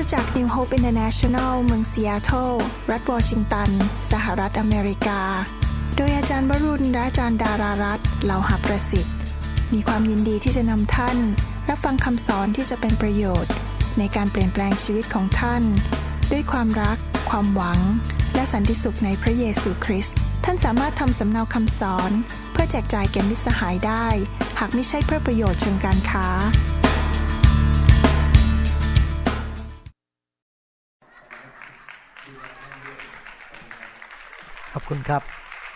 จาก New Hope International เมืองซีแอตเทิลรัฐวอชิงตันสหรัฐอเมริกาโดยอาจารย์วรุณและอาจารย์ดารารัตน์เหล่าหประสิทธิ์มีความยินดีที่จะนำท่านรับฟังคำสอนที่จะเป็นประโยชน์ในการเปลี่ยนแปลงชีวิตของท่านด้วยความรักความหวังและสันติสุขในพระเยซูคริสต์ท่านสามารถทำสำเนาคำสอนเพื่อแจกจ่ายแก่มิตรสหายได้หากไม่ใช่เพื่อประโยชน์เชิงการค้าขอบคุณครับ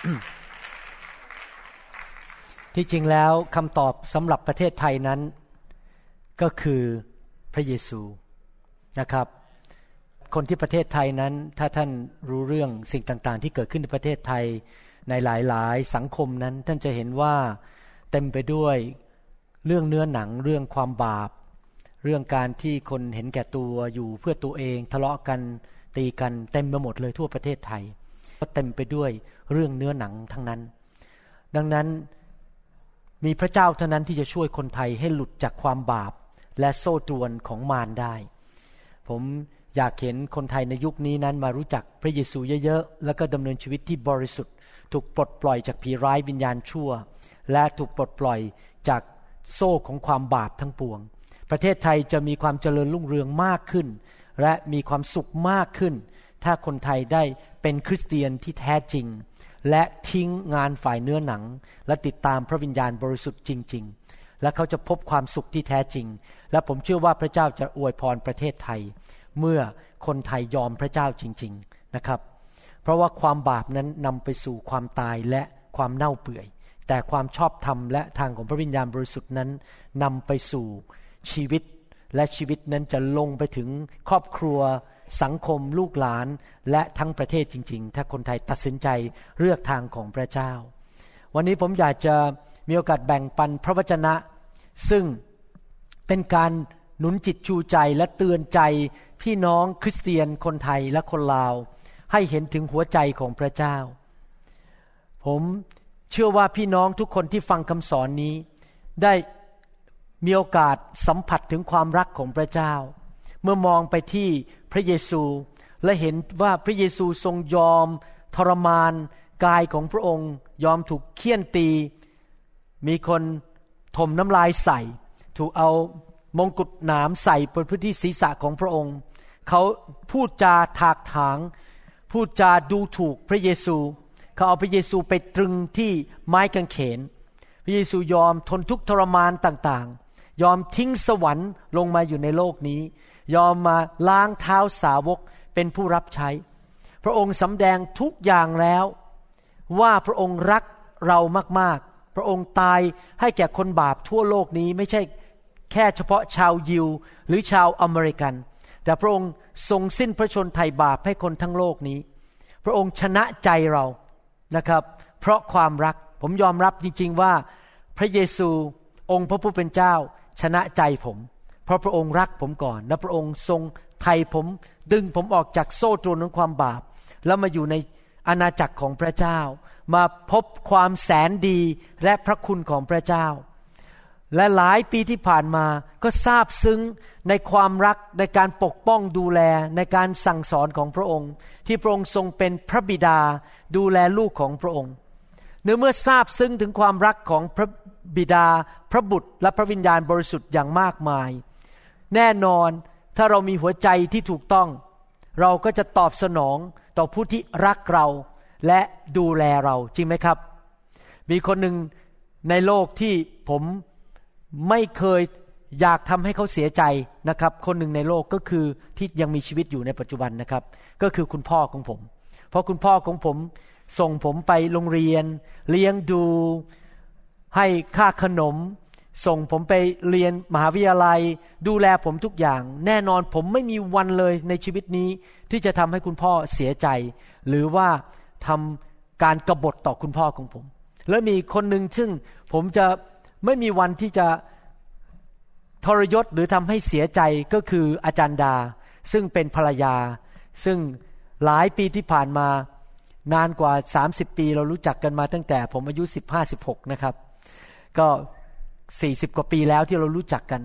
ที่จริงแล้วคำตอบสำหรับประเทศไทยนั้นก็คือพระเยซูนะครับคนที่ประเทศไทยนั้นถ้าท่านรู้เรื่องสิ่งต่างๆที่เกิดขึ้นในประเทศไทยในหลายๆสังคมนั้นท่านจะเห็นว่าเต็มไปด้วยเรื่องเนื้อหนังเรื่องความบาปเรื่องการที่คนเห็นแก่ตัวอยู่เพื่อตัวเองทะเลาะกันตีกันเต็มไปหมดเลยทั่วประเทศไทยก็เต็มไปด้วยเรื่องเนื้อหนังทั้งนั้นดังนั้นมีพระเจ้าเท่านั้นที่จะช่วยคนไทยให้หลุดจากความบาปและโซ่ตรวนของมารได้ผมอยากเห็นคนไทยในยุคนี้นั้นมารู้จักพระเยซูเยอะๆแล้วก็ดำเนินชีวิตที่บริสุทธิ์ถูกปลดปล่อยจากผีร้ายวิญญาณชั่วและถูกปลดปล่อยจากโซ่ของความบาปทั้งปวงประเทศไทยจะมีความเจริญรุ่งเรืองมากขึ้นและมีความสุขมากขึ้นถ้าคนไทยได้เป็นคริสเตียนที่แท้จริงและทิ้งงานฝ่ายเนื้อหนังและติดตามพระวิญญาณบริสุทธิ์จริงๆและเขาจะพบความสุขที่แท้จริงและผมเชื่อว่าพระเจ้าจะอวยพรประเทศไทยเมื่อคนไทยยอมพระเจ้าจริงๆนะครับเพราะว่าความบาปนั้นนำไปสู่ความตายและความเน่าเปื่อยแต่ความชอบธรรมและทางของพระวิญญาณบริสุทธิ์นั้นนำไปสู่ชีวิตและชีวิตนั้นจะลงไปถึงครอบครัวสังคมลูกหลานและทั้งประเทศจริงๆถ้าคนไทยตัดสินใจเลือกทางของพระเจ้าวันนี้ผมอยากจะมีโอกาสแบ่งปันพระวจนะซึ่งเป็นการหนุนจิตชูใจและเตือนใจพี่น้องคริสเตียนคนไทยและคนลาวให้เห็นถึงหัวใจของพระเจ้าผมเชื่อว่าพี่น้องทุกคนที่ฟังคำสอนนี้ได้มีโอกาสสัมผัสถึงความรักของพระเจ้าเมื่อมองไปที่พระเยซูและเห็นว่าพระเยซูทรงยอมทรมานกายของพระองค์ยอมถูกเฆี่ยนตีมีคนถมน้ำลายใส่ถูกเอามงกุฎหนามใส่บนพื้นที่ศีรษะของพระองค์เขาพูดจาถากถางพูดจาดูถูกพระเยซูเขาเอาพระเยซูไปตรึงที่ไม้กางเขนพระเยซูยอมทนทุกข์ทรมานต่างๆยอมทิ้งสวรรค์ลงมาอยู่ในโลกนี้ยอมมาล้างเท้าสาวกเป็นผู้รับใช้พระองค์สำแดงทุกอย่างแล้วว่าพระองค์รักเรามากๆพระองค์ตายให้แก่คนบาปทั่วโลกนี้ไม่ใช่แค่เฉพาะชาวยิวหรือชาวอเมริกันแต่พระองค์ทรงสิ้นพระชนม์ไถ่บาปให้คนทั้งโลกนี้พระองค์ชนะใจเรานะครับเพราะความรักผมยอมรับจริงๆว่าพระเยซูองค์พระผู้เป็นเจ้าชนะใจผมเพราะพระองค์รักผมก่อนและพระองค์ทรงไถ่ผมดึงผมออกจากโซ่ตรวนของความบาปแล้วมาอยู่ในอาณาจักรของพระเจ้ามาพบความแสนดีและพระคุณของพระเจ้าและหลายปีที่ผ่านมาก็ซาบซึ้งในความรักในการปกป้องดูแลในการสั่งสอนของพระองค์ที่พระองค์ทรงเป็นพระบิดาดูแลลูกของพระองค์เมื่อซาบซึ้งถึงความรักของพระบิดาพระบุตรและพระวิญญาณบริสุทธิ์อย่างมากมายแน่นอนถ้าเรามีหัวใจที่ถูกต้องเราก็จะตอบสนองต่อผู้ที่รักเราและดูแลเราจริงไหมครับมีคนหนึ่งในโลกที่ผมไม่เคยอยากทำให้เขาเสียใจนะครับคนหนึ่งในโลกก็คือที่ยังมีชีวิตอยู่ในปัจจุบันนะครับก็คือคุณพ่อของผมเพราะคุณพ่อของผมส่งผมไปโรงเรียนเลี้ยงดูให้ค่าขนมส่งผมไปเรียนมหาวิทยาลัยดูแลผมทุกอย่างแน่นอนผมไม่มีวันเลยในชีวิตนี้ที่จะทำให้คุณพ่อเสียใจหรือว่าทำการกบฏต่อคุณพ่อของผมและมีคนหนึ่งซึ่งผมจะไม่มีวันที่จะทรยศหรือทำให้เสียใจก็คืออาจารย์ดาซึ่งเป็นภรรยาซึ่งหลายปีที่ผ่านมานานกว่า30ปีเรารู้จักกันมาตั้งแต่ผมอายุ15-16นะครับก็40กว่าปีแล้วที่เรารู้จักกัน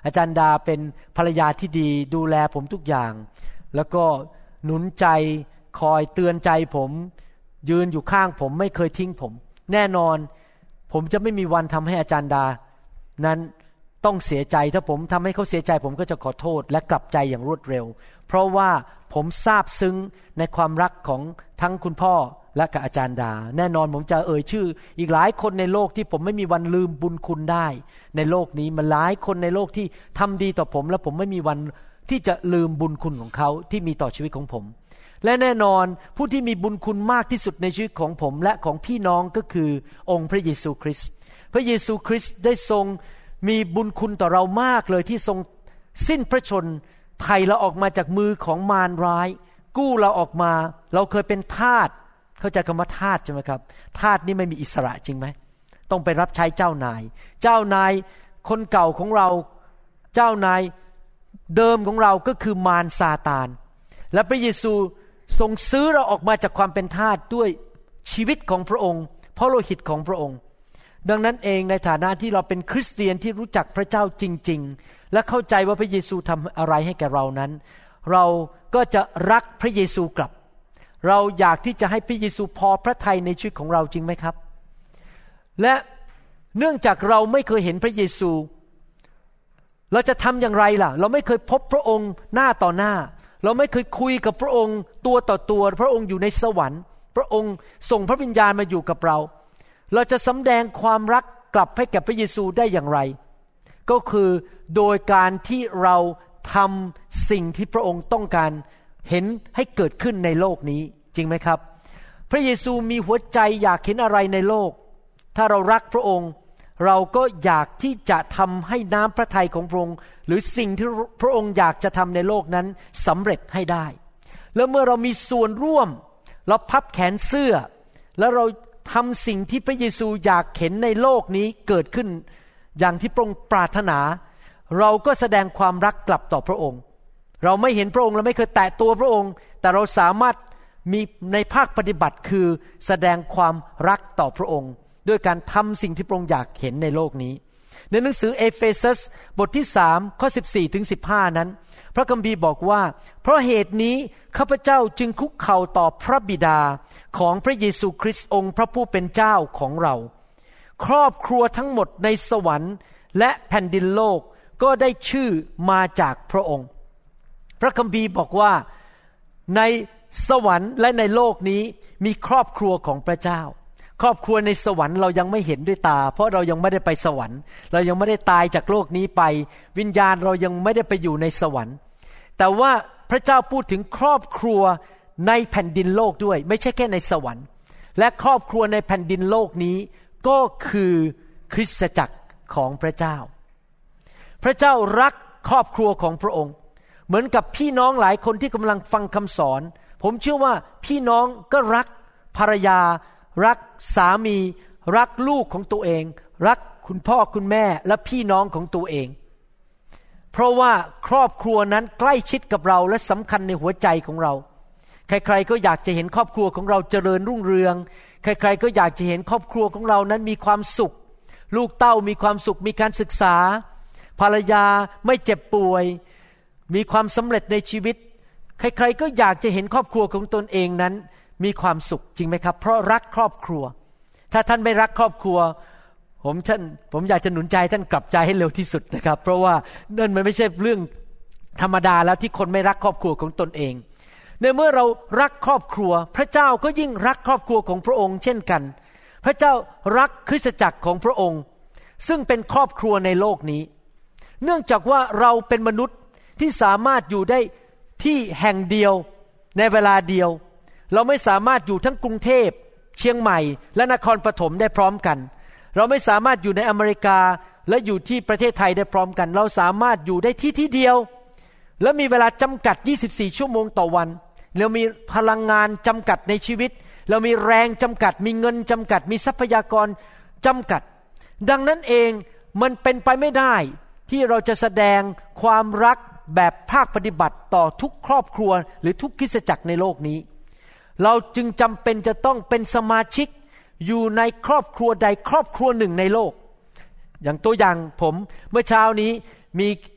อาจารย์ดาเป็นภรรยาที่ดีดูแลผมทุกอย่างแล้วก็หนุนใจคอยเตือนใจผมยืนอยู่ข้างผมไม่เคยทิ้งผมแน่นอนผมจะไม่มีวันทำให้อาจารย์ดานั้นต้องเสียใจถ้าผมทำให้เขาเสียใจผมก็จะขอโทษและกลับใจอย่างรวดเร็วเพราะว่าผมซาบซึ้งในความรักของทั้งคุณพ่อและกับอาจารย์ดาแน่นอนผมจะเอ่ยชื่ออีกหลายคนในโลกที่ผมไม่มีวันลืมบุญคุณได้ในโลกนี้มันหลายคนในโลกที่ทำดีต่อผมและผมไม่มีวันที่จะลืมบุญคุณของเขาที่มีต่อชีวิตของผมและแน่นอนผู้ที่มีบุญคุณมากที่สุดในชีวิตของผมและของพี่น้องก็คือองค์พระเยซูคริสต์พระเยซูคริสต์ได้ทรงมีบุญคุณต่อเรามากเลยที่ทรงสิ้นพระชนไถ่เราออกมาจากมือของมารร้ายกู้เราออกมาเราเคยเป็นทาสเข้าใจคำว่าทาสใช่ไหมครับทาสนี่ไม่มีอิสระจริงไหมต้องไปรับใช้เจ้านายเจ้านายคนเก่าของเราเจ้านายเดิมของเราก็คือมารซาตานและพระเยซูทรงซื้อเราออกมาจากความเป็นทาสด้วยชีวิตของพระองค์พระโลหิตของพระองค์ดังนั้นเองในฐานะที่เราเป็นคริสเตียนที่รู้จักพระเจ้าจริงๆและเข้าใจว่าพระเยซูทำอะไรให้แก่เรานั้นเราก็จะรักพระเยซูกลับเราอยากที่จะให้พระเยซูพอพระทัยในชีวิตของเราจริงไหมครับและเนื่องจากเราไม่เคยเห็นพระเยซูเราจะทำอย่างไรล่ะเราไม่เคยพบพระองค์หน้าต่อหน้าเราไม่เคยคุยกับพระองค์ตัวต่อตัวพระองค์อยู่ในสวรรค์พระองค์ส่งพระวิญญาณมาอยู่กับเราเราจะสำแดงความรักกลับให้แก่พระเยซูได้อย่างไรก็คือโดยการที่เราทำสิ่งที่พระองค์ต้องการเห็นให้เกิดขึ้นในโลกนี้จริงไหมครับพระเยซูมีหัวใจอยากเห็นอะไรในโลกถ้าเรารักพระองค์เราก็อยากที่จะทำให้น้ำพระทัยของพระองค์หรือสิ่งที่พระองค์อยากจะทำในโลกนั้นสำเร็จให้ได้แล้วเมื่อเรามีส่วนร่วมเราพับแขนเสื้อแล้วเราทำสิ่งที่พระเยซูอยากเห็นในโลกนี้เกิดขึ้นอย่างที่พระองค์ปรารถนาเราก็แสดงความรักกลับต่อพระองค์เราไม่เห็นพระองค์เราไม่เคยแตะตัวพระองค์แต่เราสามารถมีในภาคปฏิบัติคือแสดงความรักต่อพระองค์ด้วยการทำสิ่งที่พระองค์อยากเห็นในโลกนี้ในหนังสือเอเฟซัสบทที่3ข้อ14ถึง15นั้นพระคัมภีร์บอกว่าเพราะเหตุนี้ข้าพเจ้าจึงคุกเข่าต่อพระบิดาของพระเยซูคริสต์องค์พระผู้เป็นเจ้าของเราครอบครัวทั้งหมดในสวรรค์และแผ่นดินโลกก็ได้ชื่อมาจากพระองค์พระคัมภีร์บอกว่าในสวรรค์และในโลกนี้มีครอบครัวของพระเจ้าครอบครัวในสวรรค์เรายังไม่เห็นด้วยตาเพราะเรายังไม่ได้ไปสวรรค์เรายังไม่ได้ตายจากโลกนี้ไปวิญญาณเรายังไม่ได้ไปอยู่ในสวรรค์แต่ว่าพระเจ้าพูดถึงครอบครัวในแผ่นดินโลกด้วยไม่ใช่แค่ในสวรรค์และครอบครัวในแผ่นดินโลกนี้ก็คือคริสตจักรของพระเจ้าพระเจ้ารักครอบครัวของพระองค์เหมือนกับพี่น้องหลายคนที่กำลังฟังคำสอนผมเชื่อว่าพี่น้องก็รักภรรยารักสามีรักลูกของตัวเองรักคุณพ่อคุณแม่และพี่น้องของตัวเองเพราะว่าครอบครัวนั้นใกล้ชิดกับเราและสำคัญในหัวใจของเราใครๆก็อยากจะเห็นครอบครัวของเราเจริญรุ่งเรืองใครๆก็อยากจะเห็นครอบครัวของเรานั้นมีความสุขลูกเต้ามีความสุขมีการศึกษาภรรยาไม่เจ็บป่วยมีความสำเร็จในชีวิตใครๆก็อยากจะเห็นครอบครัวของตนเองนั้นมีความสุขจริงไหมครับเพราะรักครอบครัวถ้าท่านไม่รักครอบครัวผมอยากจะหนุนใจท่านกลับใจให้เร็วที่สุดนะครับเพราะว่านั่นมันไม่ใช่เรื่องธรรมดาแล้วที่คนไม่รักครอบครัวของตนเองในเมื่อเรารักครอบครัวพระเจ้าก็ยิ่งรักครอบครัวของพระองค์เช่นกันพระเจ้ารักคริสตจักรของพระองค์ซึ่งเป็นครอบครัวในโลกนี้เนื่องจากว่าเราเป็นมนุษย์ที่สามารถอยู่ได้ที่แห่งเดียวในเวลาเดียวเราไม่สามารถอยู่ทั้งกรุงเทพเชียงใหม่และนครปฐมได้พร้อมกันเราไม่สามารถอยู่ในอเมริกาและอยู่ที่ประเทศไทยได้พร้อมกันเราสามารถอยู่ได้ที่เดียวและมีเวลาจำกัด24ชั่วโมงต่อวันเรามีพลังงานจำกัดในชีวิตเรามีแรงจำกัดมีเงินจำกัดมีทรัพยากรจำกัดดังนั้นเองมันเป็นไปไม่ได้ที่เราจะแสดงความรักแบบภาคปฏิบัติต่อทุกครอบครัวหรือทุกคริสตจักรในโลกนี้เราจึงจำเป็นจะต้องเป็นสมาชิกอยู่ในครอบครัวใดครอบครัวหนึ่งในโลกอย่างตัวอย่างผมเมื่อเช้านี้มี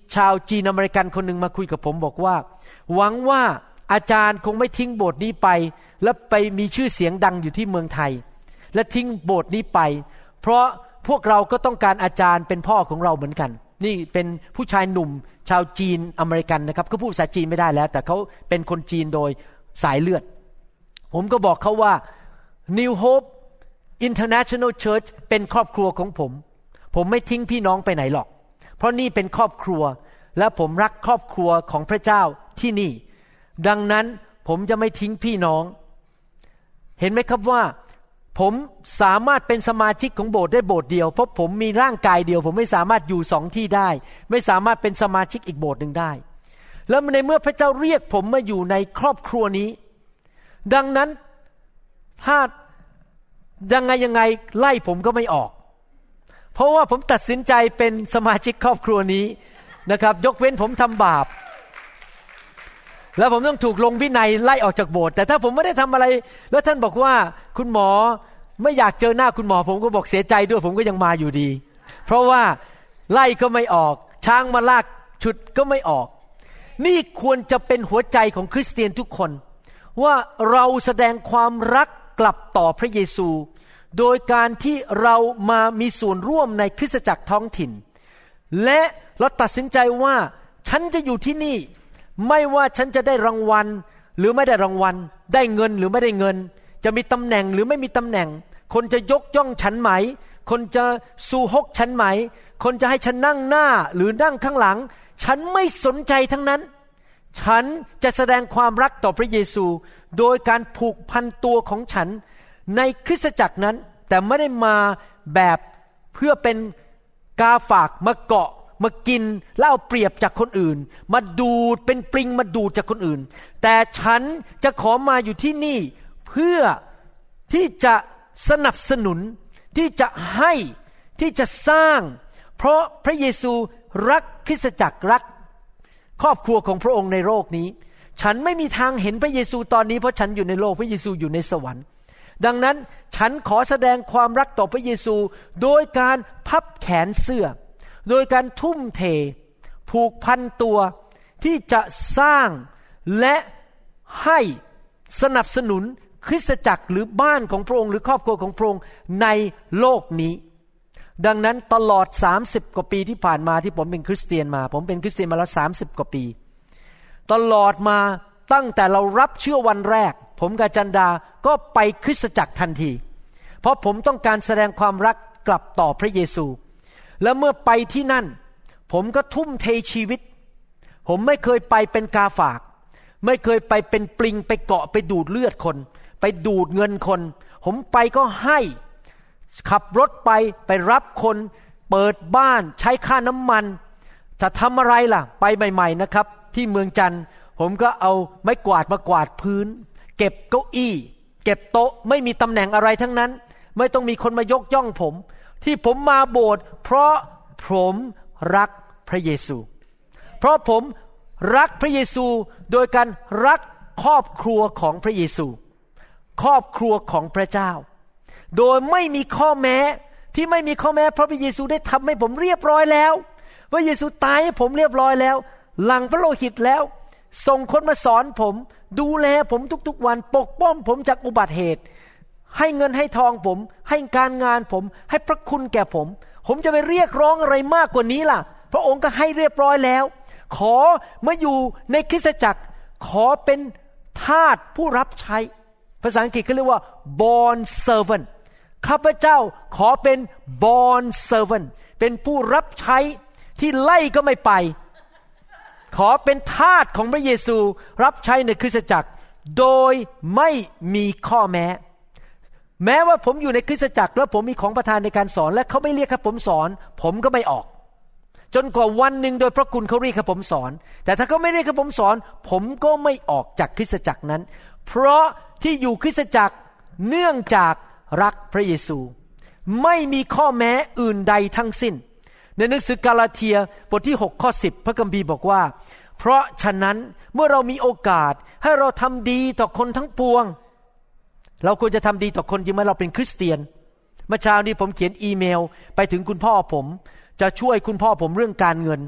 ชาวจีนอเมริกันคนหนึ่งมาคุยกับผมบอกว่าหวังว่าอาจารย์คงไม่ทิ้งโบสถ์นี้ไปแล้วไปมีชื่อเสียงดังอยู่ที่เมืองไทยและทิ้งโบสถ์นี้ไปเพราะพวกเราก็ต้องการอาจารย์เป็นพ่อของเราเหมือนกันนี่เป็นผู้ชายหนุ่มชาวจีนอเมริกันนะครับเขาพูดภาษาจีนไม่ได้แล้วแต่เขาเป็นคนจีนโดยสายเลือดผมก็บอกเขาว่า New Hope International Church เป็นครอบครัวของผมไม่ทิ้งพี่น้องไปไหนหรอกเพราะนี่เป็นครอบครัวและผมรักครอบครัวของพระเจ้าที่นี่ดังนั้นผมจะไม่ทิ้งพี่น้องเห็นไหมครับว่าผมสามารถเป็นสมาชิกของโบสถ์ได้โบสถ์เดียวเพราะผมมีร่างกายเดียวผมไม่สามารถอยู่2ที่ได้ไม่สามารถเป็นสมาชิกอีกโบสถ์นึงได้แล้วในเมื่อพระเจ้าเรียกผมมาอยู่ในครอบครัวนี้ดังนั้นถ้ายังไงไล่ผมก็ไม่ออกเพราะว่าผมตัดสินใจเป็นสมาชิกครอบครัวนี้นะครับยกเว้นผมทำบาปแล้วผมต้องถูกลงวินัยไล่ออกจากโบสถ์แต่ถ้าผมไม่ได้ทำอะไรแล้วท่านบอกว่าคุณหมอไม่อยากเจอหน้าคุณหมอผมก็บอกเสียใจด้วยผมก็ยังมาอยู่ดีเพราะว่าไล่ก็ไม่ออกช้างมาลากฉุดก็ไม่ออกนี่ควรจะเป็นหัวใจของคริสเตียนทุกคนว่าเราแสดงความรักกลับต่อพระเยซูโดยการที่เรามามีส่วนร่วมในคริสตจักรท้องถิ่นและเราตัดสินใจว่าฉันจะอยู่ที่นี่ไม่ว่าฉันจะได้รางวัลหรือไม่ได้รางวัลได้เงินหรือไม่ได้เงินจะมีตำแหน่งหรือไม่มีตำแหน่งคนจะยกย่องฉันไหมคนจะสู้ฮกฉันไหมคนจะให้ฉันนั่งหน้าหรือนั่งข้างหลังฉันไม่สนใจทั้งนั้นฉันจะแสดงความรักต่อพระเยซูโดยการผูกพันตัวของฉันในคริสตจักรนั้นแต่ไม่ได้มาแบบเพื่อเป็นกาฝากมาเกาะมากินแล้วเอาเปรียบจากคนอื่นมาดูดเป็นปลิงมาดูดจากคนอื่นแต่ฉันจะขอมาอยู่ที่นี่เพื่อที่จะสนับสนุนที่จะให้ที่จะสร้างเพราะพระเยซูรักคริสตจักรรักครอบครัวของพระองค์ในโลกนี้ฉันไม่มีทางเห็นพระเยซูตอนนี้เพราะฉันอยู่ในโลกพระเยซูอยู่ในสวรรค์ดังนั้นฉันขอแสดงความรักต่อพระเยซูโดยการพับแขนเสื้อโดยการทุ่มเทผูกพันตัวที่จะสร้างและให้สนับสนุนคริสตจักรหรือบ้านของพระองค์หรือครอบครัวของพระองค์ในโลกนี้ดังนั้นตลอด30กว่าปีที่ผ่านมาที่ผมเป็นคริสเตียนมาผมเป็นคริสเตียนมาแล้ว30กว่าปีตลอดมาตั้งแต่เรารับเชื่อวันแรกผมกับจันดาก็ไปคริสตจักรทันทีเพราะผมต้องการแสดงความรักกลับต่อพระเยซูแล้วเมื่อไปที่นั่นผมก็ทุ่มเทชีวิตผมไม่เคยไปเป็นกาฝากไม่เคยไปเป็นปลิงไปเกาะไปดูดเลือดคนไปดูดเงินคนผมไปก็ให้ขับรถไปรับคนเปิดบ้านใช้ค่าน้ำมันจะทำอะไรล่ะไปใหม่ๆนะครับที่เมืองจันทร์ผมก็เอาไม้กวาดมากวาดพื้นเก็บเก้าอี้เก็บโต๊ะไม่มีตำแหน่งอะไรทั้งนั้นไม่ต้องมีคนมายกย่องผมที่ผมมาโบสถ์เพราะผมรักพระเยซูเพราะผมรักพระเยซูโดยการรักครอบครัวของพระเยซูครอบครัวของพระเจ้าโดยไม่มีข้อแม้ที่ไม่มีข้อแม้เพราะพระเยซูได้ทำให้ผมเรียบร้อยแล้วพระเยซูตายให้ผมเรียบร้อยแล้วหลั่งพระโลหิตแล้วส่งคนมาสอนผมดูแลผมทุกๆวันปกป้องผมจากอุบัติเหตุให้เงินให้ทองผมให้การงานผมให้พระคุณแก่ผมจะไปเรียกร้องอะไรมากกว่านี้ล่ะพระองค์ก็ให้เรียบร้อยแล้วขอมาอยู่ในคริสตจักรขอเป็นทาสผู้รับใช้ภาษาอังกฤษเขาเรียกว่า born servant ข้าพเจ้าขอเป็น born servant เป็นผู้รับใช้ที่ไล่ก็ไม่ไปขอเป็นทาสของพระเยซูรับใช้ในคริสตจักรโดยไม่มีข้อแม้ว่าผมอยู่ในคริสตจักรแล้วผมมีของประทานในการสอนและเขาไม่เรียกให้ผมสอนผมก็ไม่ออกจนกว่าวันหนึ่งโดยพระคุณเขาเรียกให้ผมสอนแต่ถ้าเขาไม่เรียกให้ผมสอนผมก็ไม่ออกจากคริสตจักรนั้นเพราะที่อยู่คริสตจักรเนื่องจากรักพระเยซูไม่มีข้อแม้อื่นใดทั้งสิ้นในหนังสือกาลาเทียบทที่6ข้อ10พระคัมภีร์บอกว่าเพราะฉะนั้นเมื่อเรามีโอกาสให้เราทำดีต่อคนทั้งปวงเราควรจะทำดีต่อคนจริงไหมเราเป็นคริสเตียนเมื่อเช้านี้ผมเขียนอีเมลไปถึงคุณพ่อผมจะช่วยคุณพ่อผมเรื่องการเงิน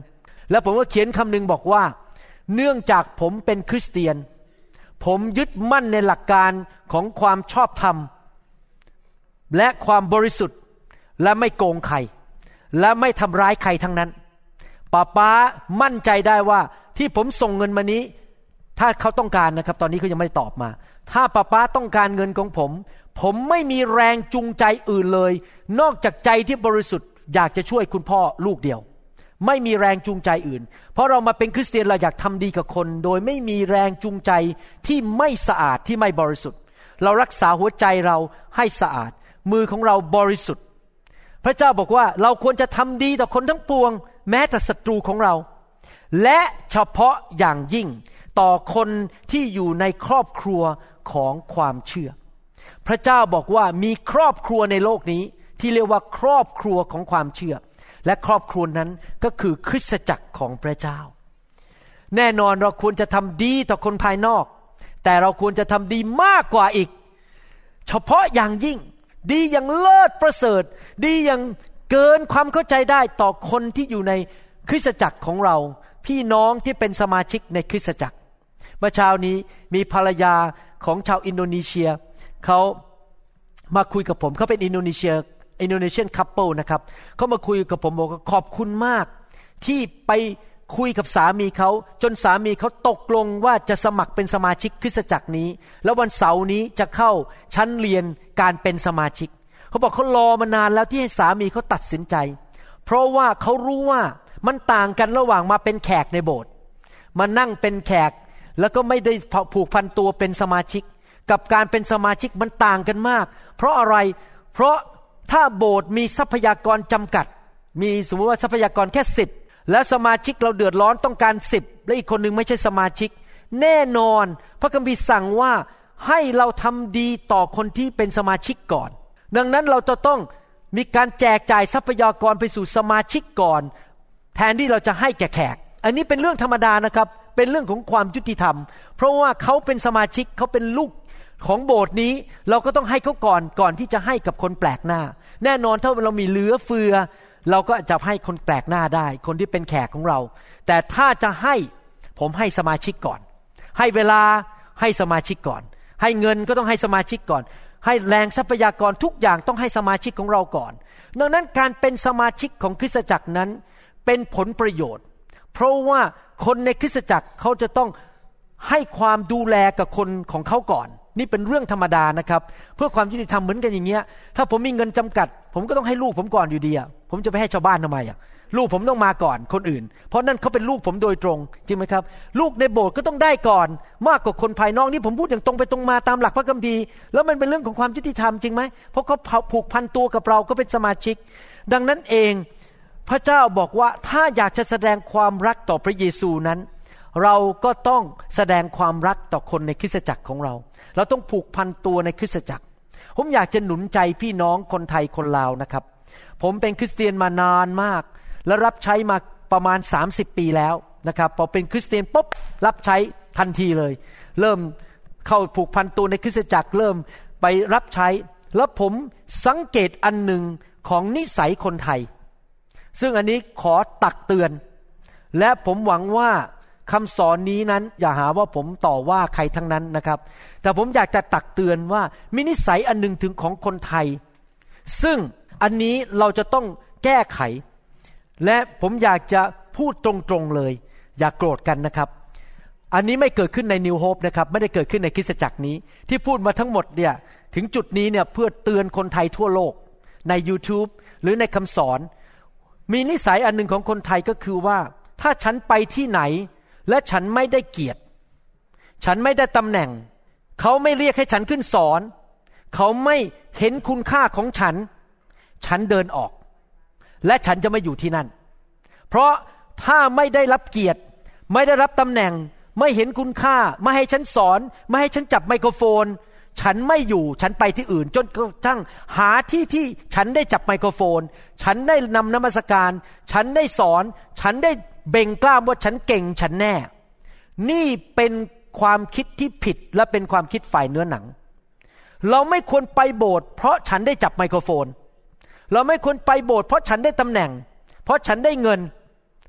แล้วผมก็เขียนคำหนึ่งบอกว่าเนื่องจากผมเป็นคริสเตียนผมยึดมั่นในหลักการของความชอบธรรมและความบริสุทธิ์และไม่โกงใครและไม่ทำร้ายใครทั้งนั้นป้ามั่นใจได้ว่าที่ผมส่งเงินมานี้ถ้าเขาต้องการนะครับตอนนี้เขายังไม่ได้ตอบมาถ้าป้าต้องการเงินของผมไม่มีแรงจูงใจอื่นเลยนอกจากใจที่บริสุทธิ์อยากจะช่วยคุณพ่อลูกเดียวไม่มีแรงจูงใจอื่นเพราะเรามาเป็นคริสเตียนเราอยากทำดีกับคนโดยไม่มีแรงจูงใจที่ไม่สะอาดที่ไม่บริสุทธิ์เรารักษาหัวใจเราให้สะอาดมือของเราบริสุทธิ์พระเจ้าบอกว่าเราควรจะทำดีต่อคนทั้งปวงแม้แต่ศัตรูของเราและเฉพาะอย่างยิ่งต่อคนที่อยู่ในครอบครัวของความเชื่อพระเจ้าบอกว่ามีครอบครัวในโลกนี้ที่เรียกว่าครอบครัวของความเชื่อและครอบครัวนั้นก็คือคริสตจักรของพระเจ้าแน่นอนเราควรจะทำดีต่อคนภายนอกแต่เราควรจะทำดีมากกว่าอีกเฉพาะอย่างยิ่งดีอย่างเลิศประเสริฐดีอย่างเกินความเข้าใจได้ต่อคนที่อยู่ในคริสตจักรของเราพี่น้องที่เป็นสมาชิกในคริสตจักรเมื่อเช้านี้มีภรรยาของชาวอินโดนีเซียเขามาคุยกับผมเขาเป็นอินโดนีเซียนคัพเปิลนะครับเขามาคุยกับผมบอกว่าขอบคุณมากที่ไปคุยกับสามีเขาจนสามีเขาตกลงว่าจะสมัครเป็นสมาชิกคริสตจักรนี้แล้ววันเสาร์นี้จะเข้าชั้นเรียนการเป็นสมาชิกเขาบอกเขารอมานานแล้วที่ให้สามีเขาตัดสินใจเพราะว่าเขารู้ว่ามันต่างกันระหว่างมาเป็นแขกในโบสถ์มานั่งเป็นแขกแล้วก็ไม่ได้ผูกพันตัวเป็นสมาชิกกับการเป็นสมาชิกมันต่างกันมากเพราะอะไรเพราะถ้าโบสถ์มีทรัพยากรจำกัดมีสมมติว่าทรัพยากรแค่10แล้วสมาชิกเราเดือดร้อนต้องการ10และอีกคนนึงไม่ใช่สมาชิกแน่นอนพระคัมภีร์สั่งว่าให้เราทำดีต่อคนที่เป็นสมาชิกก่อนดังนั้นเราจะต้องมีการแจกจ่ายทรัพยากรไปสู่สมาชิกก่อนแทนที่เราจะให้แก่แขกอันนี้เป็นเรื่องธรรมดานะครับเป็นเรื่องของความยุติธรรมเพราะว่าเขาเป็นสมาชิกเขาเป็นลูกของโบสถ์นี้เราก็ต้องให้เขาก่อนที่จะให้กับคนแปลกหน้าแน่นอนถ้าเรามีเหลือเฟือเราก็จะให้คนแปลกหน้าได้คนที่เป็นแขกของเราแต่ถ้าจะให้ผมให้สมาชิกก่อนให้เวลาให้สมาชิกก่อนให้เงินก็ต้องให้สมาชิกก่อนให้แรงทรัพยากรทุกอย่างต้องให้สมาชิกของเราก่อนดังนั้นการเป็นสมาชิกของคริสตจักรนั้นเป็นผลประโยชน์เพราะว่าคนในคริสตจักรเขาจะต้องให้ความดูแลกับคนของเขาก่อนนี่เป็นเรื่องธรรมดานะครับเพื่อความยุติธรรมเหมือนกันอย่างเงี้ยถ้าผมมีเงินจำกัดผมก็ต้องให้ลูกผมก่อนอยู่ดีอ่ะผมจะไปให้ชาวบ้านทำไมอ่ะลูกผมต้องมาก่อนคนอื่นเพราะนั่นเขาเป็นลูกผมโดยตรงจริงไหมครับลูกในโบสถ์ก็ต้องได้ก่อนมากกว่าคนภายนอกนี่ผมพูดอย่างตรงไปตรงมาตามหลักพระคัมภีร์แล้วมันเป็นเรื่องของความยุติธรรมจริงไหมเพราะเขาผูกพันตัวกับเราก็เป็นสมาชิกดังนั้นเองพระเจ้าบอกว่าถ้าอยากจะแสดงความรักต่อพระเยซูนั้นเราก็ต้องแสดงความรักต่อคนในคริสตจักรของเราเราต้องผูกพันตัวในคริสตจักรผมอยากจะหนุนใจพี่น้องคนไทยคนลาวนะครับผมเป็นคริสเตียนมานานมากและรับใช้มาประมาณ30ปีแล้วนะครับพอเป็นคริสเตียนปุ๊บรับใช้ทันทีเลยเริ่มเข้าผูกพันตัวในคริสตจักรเริ่มไปรับใช้แล้วผมสังเกตอันหนึ่งของนิสัยคนไทยซึ่งอันนี้ขอตักเตือนและผมหวังว่าคำสอนนี้นั้นอย่าหาว่าผมต่อว่าใครทั้งนั้นนะครับแต่ผมอยากจะตักเตือนว่ามีนิสัยอันหนึ่งถึงของคนไทยซึ่งอันนี้เราจะต้องแก้ไขและผมอยากจะพูดตรงๆเลยอย่าโกรธกันนะครับอันนี้ไม่เกิดขึ้นใน New Hope นะครับไม่ได้เกิดขึ้นในคริสตจักรนี้ที่พูดมาทั้งหมดเนี่ยถึงจุดนี้เนี่ยเพื่อเตือนคนไทยทั่วโลกใน YouTube หรือในคำสอนมีนิสัยอันหนึ่งของคนไทยก็คือว่าถ้าฉันไปที่ไหนและฉันไม่ได้เกียรติฉันไม่ได้ตำแหน่งเขาไม่เรียกให้ฉันขึ้นสอนเขาไม่เห็นคุณค่าของฉันเดินออกและฉันจะไม่อยู่ที่นั่นเพราะถ้าไม่ได้รับเกียรติไม่ได้รับตำแหน่งไม่เห็นคุณค่าไม่ให้ฉันสอนไม่ให้ฉันจับไมโครโฟนฉันไม่อยู่ฉันไปที่อื่นจนกระทั่งหาที่ฉันได้จับไมโครโฟนฉันได้นำนมัสการฉันได้สอนฉันได้เบ่งกล้ามว่าฉันเก่งฉันแน่นี่เป็นความคิดที่ผิดและเป็นความคิดฝ่ายเนื้อหนังเราไม่ควรไปโบสถ์เพราะฉันได้จับไมโครโฟนเราไม่ควรไปโบสถ์เพราะฉันได้ตำแหน่งเพราะฉันได้เงิน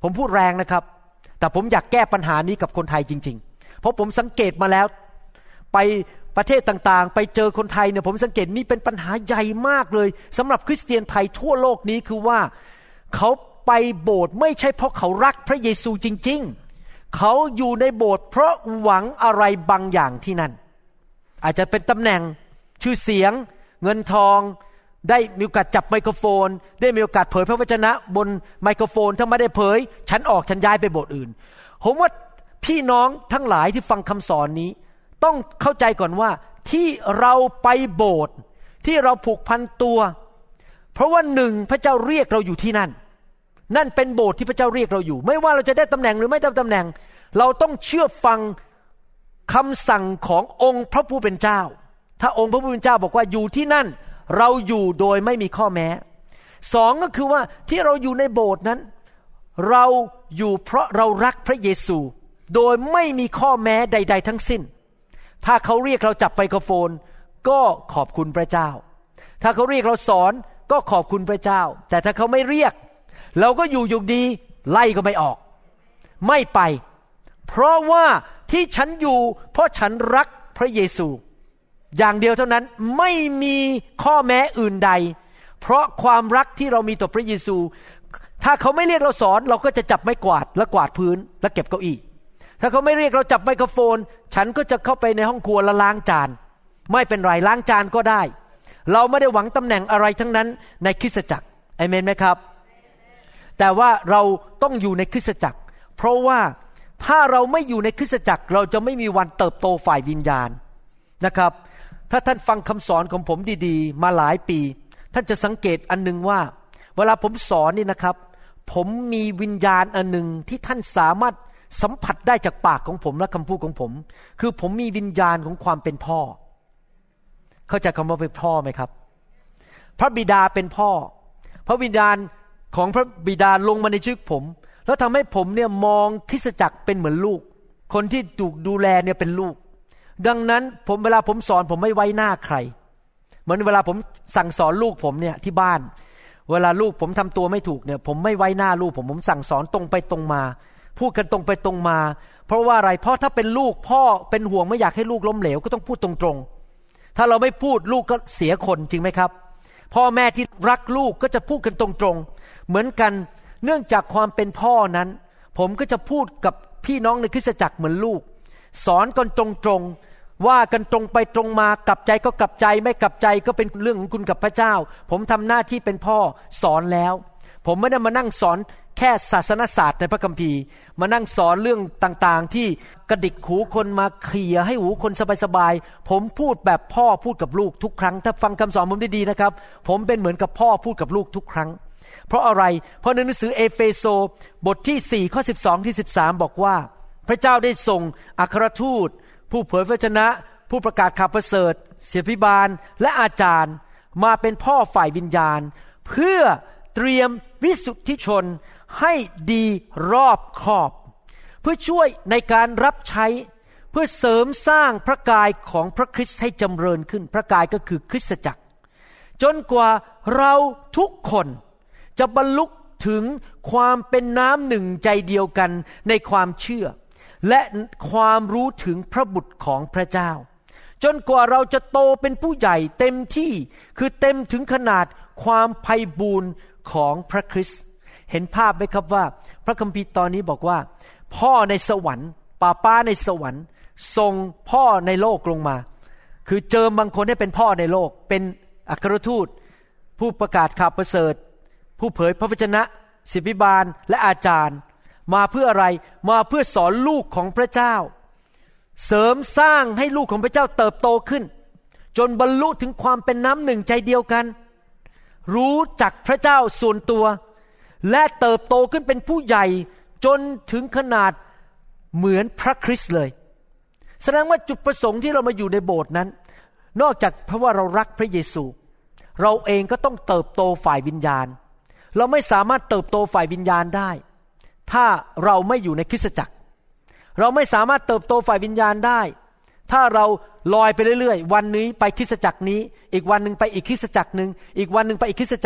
ผมพูดแรงนะครับแต่ผมอยากแก้ปัญหานี้กับคนไทยจริงๆเพราะผมสังเกตมาแล้วไปประเทศต่างๆไปเจอคนไทยเนี่ยผมสังเกตนี่เป็นปัญหาใหญ่มากเลยสำหรับคริสเตียนไทยทั่วโลกนี้คือว่าเขาไปโบสถ์ไม่ใช่เพราะเขารักพระเยซูจริงๆเขาอยู่ในโบสถ์เพราะหวังอะไรบางอย่างที่นั่นอาจจะเป็นตำแหน่งชื่อเสียงเงินทองได้มีโอกาสจับไมโครโฟนได้มีโอกาสเผยพระวจนะบนไมโครโฟนถ้าไม่ได้เผยฉันออกฉันย้ายไปโบสถ์อื่นผมว่าพี่น้องทั้งหลายที่ฟังคำสอนนี้ต้องเข้าใจก่อนว่าที่เราไปโบสถ์ที่เราผูกพันตัวเพราะว่าหนึ่งพระเจ้าเรียกเราอยู่ที่นั่นนั่นเป็นโบสถ์ที่พระเจ้าเรียกเราอยู่ไม่ว่าเราจะได้ตำแหน่งหรือไม่ได้ตำแหน่งเราต้องเชื่อฟังคำสั่งขององค์พระผู้เป็นเจ้าถ้าองค์พระผู้เป็นเจ้าบอกว่าอยู่ที่นั่นเราอยู่โดยไม่มีข้อแม้สองก็คือว่าที่เราอยู่ในโบสถ์นั้นเราอยู่เพราะเรารักพระเยซูโดยไม่มีข้อแม้ใดๆทั้งสิ้นถ้าเขาเรียกเราจับไมโครโฟนก็ขอบคุณพระเจ้าถ้าเขาเรียกเราสอนก็ขอบคุณพระเจ้าแต่ถ้าเขาไม่เรียกเราก็อยู่ดีไล่ก็ไม่ออกไม่ไปเพราะว่าที่ฉันอยู่เพราะฉันรักพระเยซูอย่างเดียวเท่านั้นไม่มีข้อแม้อื่นใดเพราะความรักที่เรามีต่อพระเยซูถ้าเขาไม่เรียกเราสอนเราก็จะจับไม้กวาดและกวาดพื้นและเก็บเก้าอี้ถ้าเขาไม่เรียกเราจับไมโครโฟนฉันก็จะเข้าไปในห้องครัวและล้างจานไม่เป็นไรล้างจานก็ได้เราไม่ได้หวังตำแหน่งอะไรทั้งนั้นในคริสตจักรอาเมนไหมครับแต่ว่าเราต้องอยู่ในคริสตจักรเพราะว่าถ้าเราไม่อยู่ในคริสตจักรเราจะไม่มีวันเติบโตฝ่ายวิญญาณนะครับถ้าท่านฟังคำสอนของผมดีๆมาหลายปีท่านจะสังเกตอันนึงว่าเวลาผมสอนนี่นะครับผมมีวิญญาณอันนึงที่ท่านสามารถสัมผัสได้จากปากของผมและคำพูดของผมคือผมมีวิญญาณของความเป็นพ่อเข้าใจคำว่าเป็นพ่อไหมครับพระบิดาเป็นพ่อพระวิญญาณของพระบิดาลงมาในชีวิตผมแล้วทำให้ผมเนี่ยมองคริสตจักรเป็นเหมือนลูกคนที่ถูกดูแลเนี่ยเป็นลูกดังนั้นเวลาผมสอนผมไม่ไว้หน้าใครเหมือนเวลาผมสั่งสอนลูกผมเนี่ยที่บ้านเวลาลูกผมทำตัวไม่ถูกเนี่ยผมไม่ไว้หน้าลูกผมสั่งสอนตรงไปตรงมาพูดกันตรงไปตรงมาเพราะว่าอะไรเพราะถ้าเป็นลูกพ่อเป็นห่วงไม่อยากให้ลูกล้มเหลวก็ต้องพูดตรงๆถ้าเราไม่พูดลูกก็เสียคนจริงไหมครับพ่อแม่ที่รักลูกก็จะพูดกันตรงๆเหมือนกันเนื่องจากความเป็นพ่อนั้นผมก็จะพูดกับพี่น้องในคริสตจักรเหมือนลูกสอนกันตรงๆว่ากันตรงไปตรงมากลับใจก็กลับใจไม่กลับใจก็เป็นเรื่องของคุณกับพระเจ้าผมทำหน้าที่เป็นพ่อสอนแล้วผมไม่ได้มานั่งสอนแค่ศาสนศาสตร์ในพระคัมภีร์มานั่งสอนเรื่องต่างๆที่กระดิกหูคนมาเคลียร์ให้หูคนสบายๆผมพูดแบบพ่อพูดกับลูกทุกครั้งถ้าฟังคำสอนผมดีๆนะครับผมเป็นเหมือนกับพ่อพูดกับลูกทุกครั้งเพราะอะไรเพราะในหนังสือเอเฟโซบทที่4ข้อ12ที่13บอกว่าพระเจ้าได้ส่งอัครทูตผู้เผยพระวจนะผู้ประกาศข่าวประเสริฐศิษยาภิบาลและอาจารย์มาเป็นพ่อฝ่ายวิญญาณเพื่อเตรียมวิสุทธิชนให้ดีรอบคอบเพื่อช่วยในการรับใช้เพื่อเสริมสร้างพระกายของพระคริสต์ให้จำเริญขึ้นพระกายก็คือคริสตจักรจนกว่าเราทุกคนจะบรรลุถึงความเป็นน้ำหนึ่งใจเดียวกันในความเชื่อและความรู้ถึงพระบุตรของพระเจ้าจนกว่าเราจะโตเป็นผู้ใหญ่เต็มที่คือเต็มถึงขนาดความไพบูลย์ของพระคริสต์เห็นภาพไหมครับว่าพระคัมภีร์ตอนนี้บอกว่าพ่อในสวรรค์ป้าในสวรรค์ส่งพ่อในโลกลงมาคือเจิมบางคนให้เป็นพ่อในโลกเป็นอัครทูตผู้ประกาศข่าวประเสริฐผู้เผยพระวจนะศิษยาภิบาลและอาจารย์มาเพื่ออะไรมาเพื่อสอนลูกของพระเจ้าเสริมสร้างให้ลูกของพระเจ้าเติบโตขึ้นจนบรรลุถึงความเป็นน้ำหนึ่งใจเดียวกันรู้จักพระเจ้าส่วนตัวและเติบโตขึ้นเป็นผู้ใหญ่จนถึงขนาดเหมือนพระคริสต์เลยแสดงว่าจุดประสงค์ที่เรามาอยู่ในโบสถ์นั้นนอกจากเพราะว่าเรารักพระเยซูเราเองก็ต้องเติบโตฝ่ายวิญญาณเราไม่สามารถเติบโตฝ่ายวิญญาณได้ถ้าเราไม่อยู่ในคริสตจักรเราไม่สามารถเติบโตฝ่ายวิญญาณได้ถ้าเราลอยไปเรื่อยๆวันนี้ไปคริสตจักรนี้อีกวันนึงไปอีกคริสตจักรนึงอีกวันนึงไปอีกคริสตจักร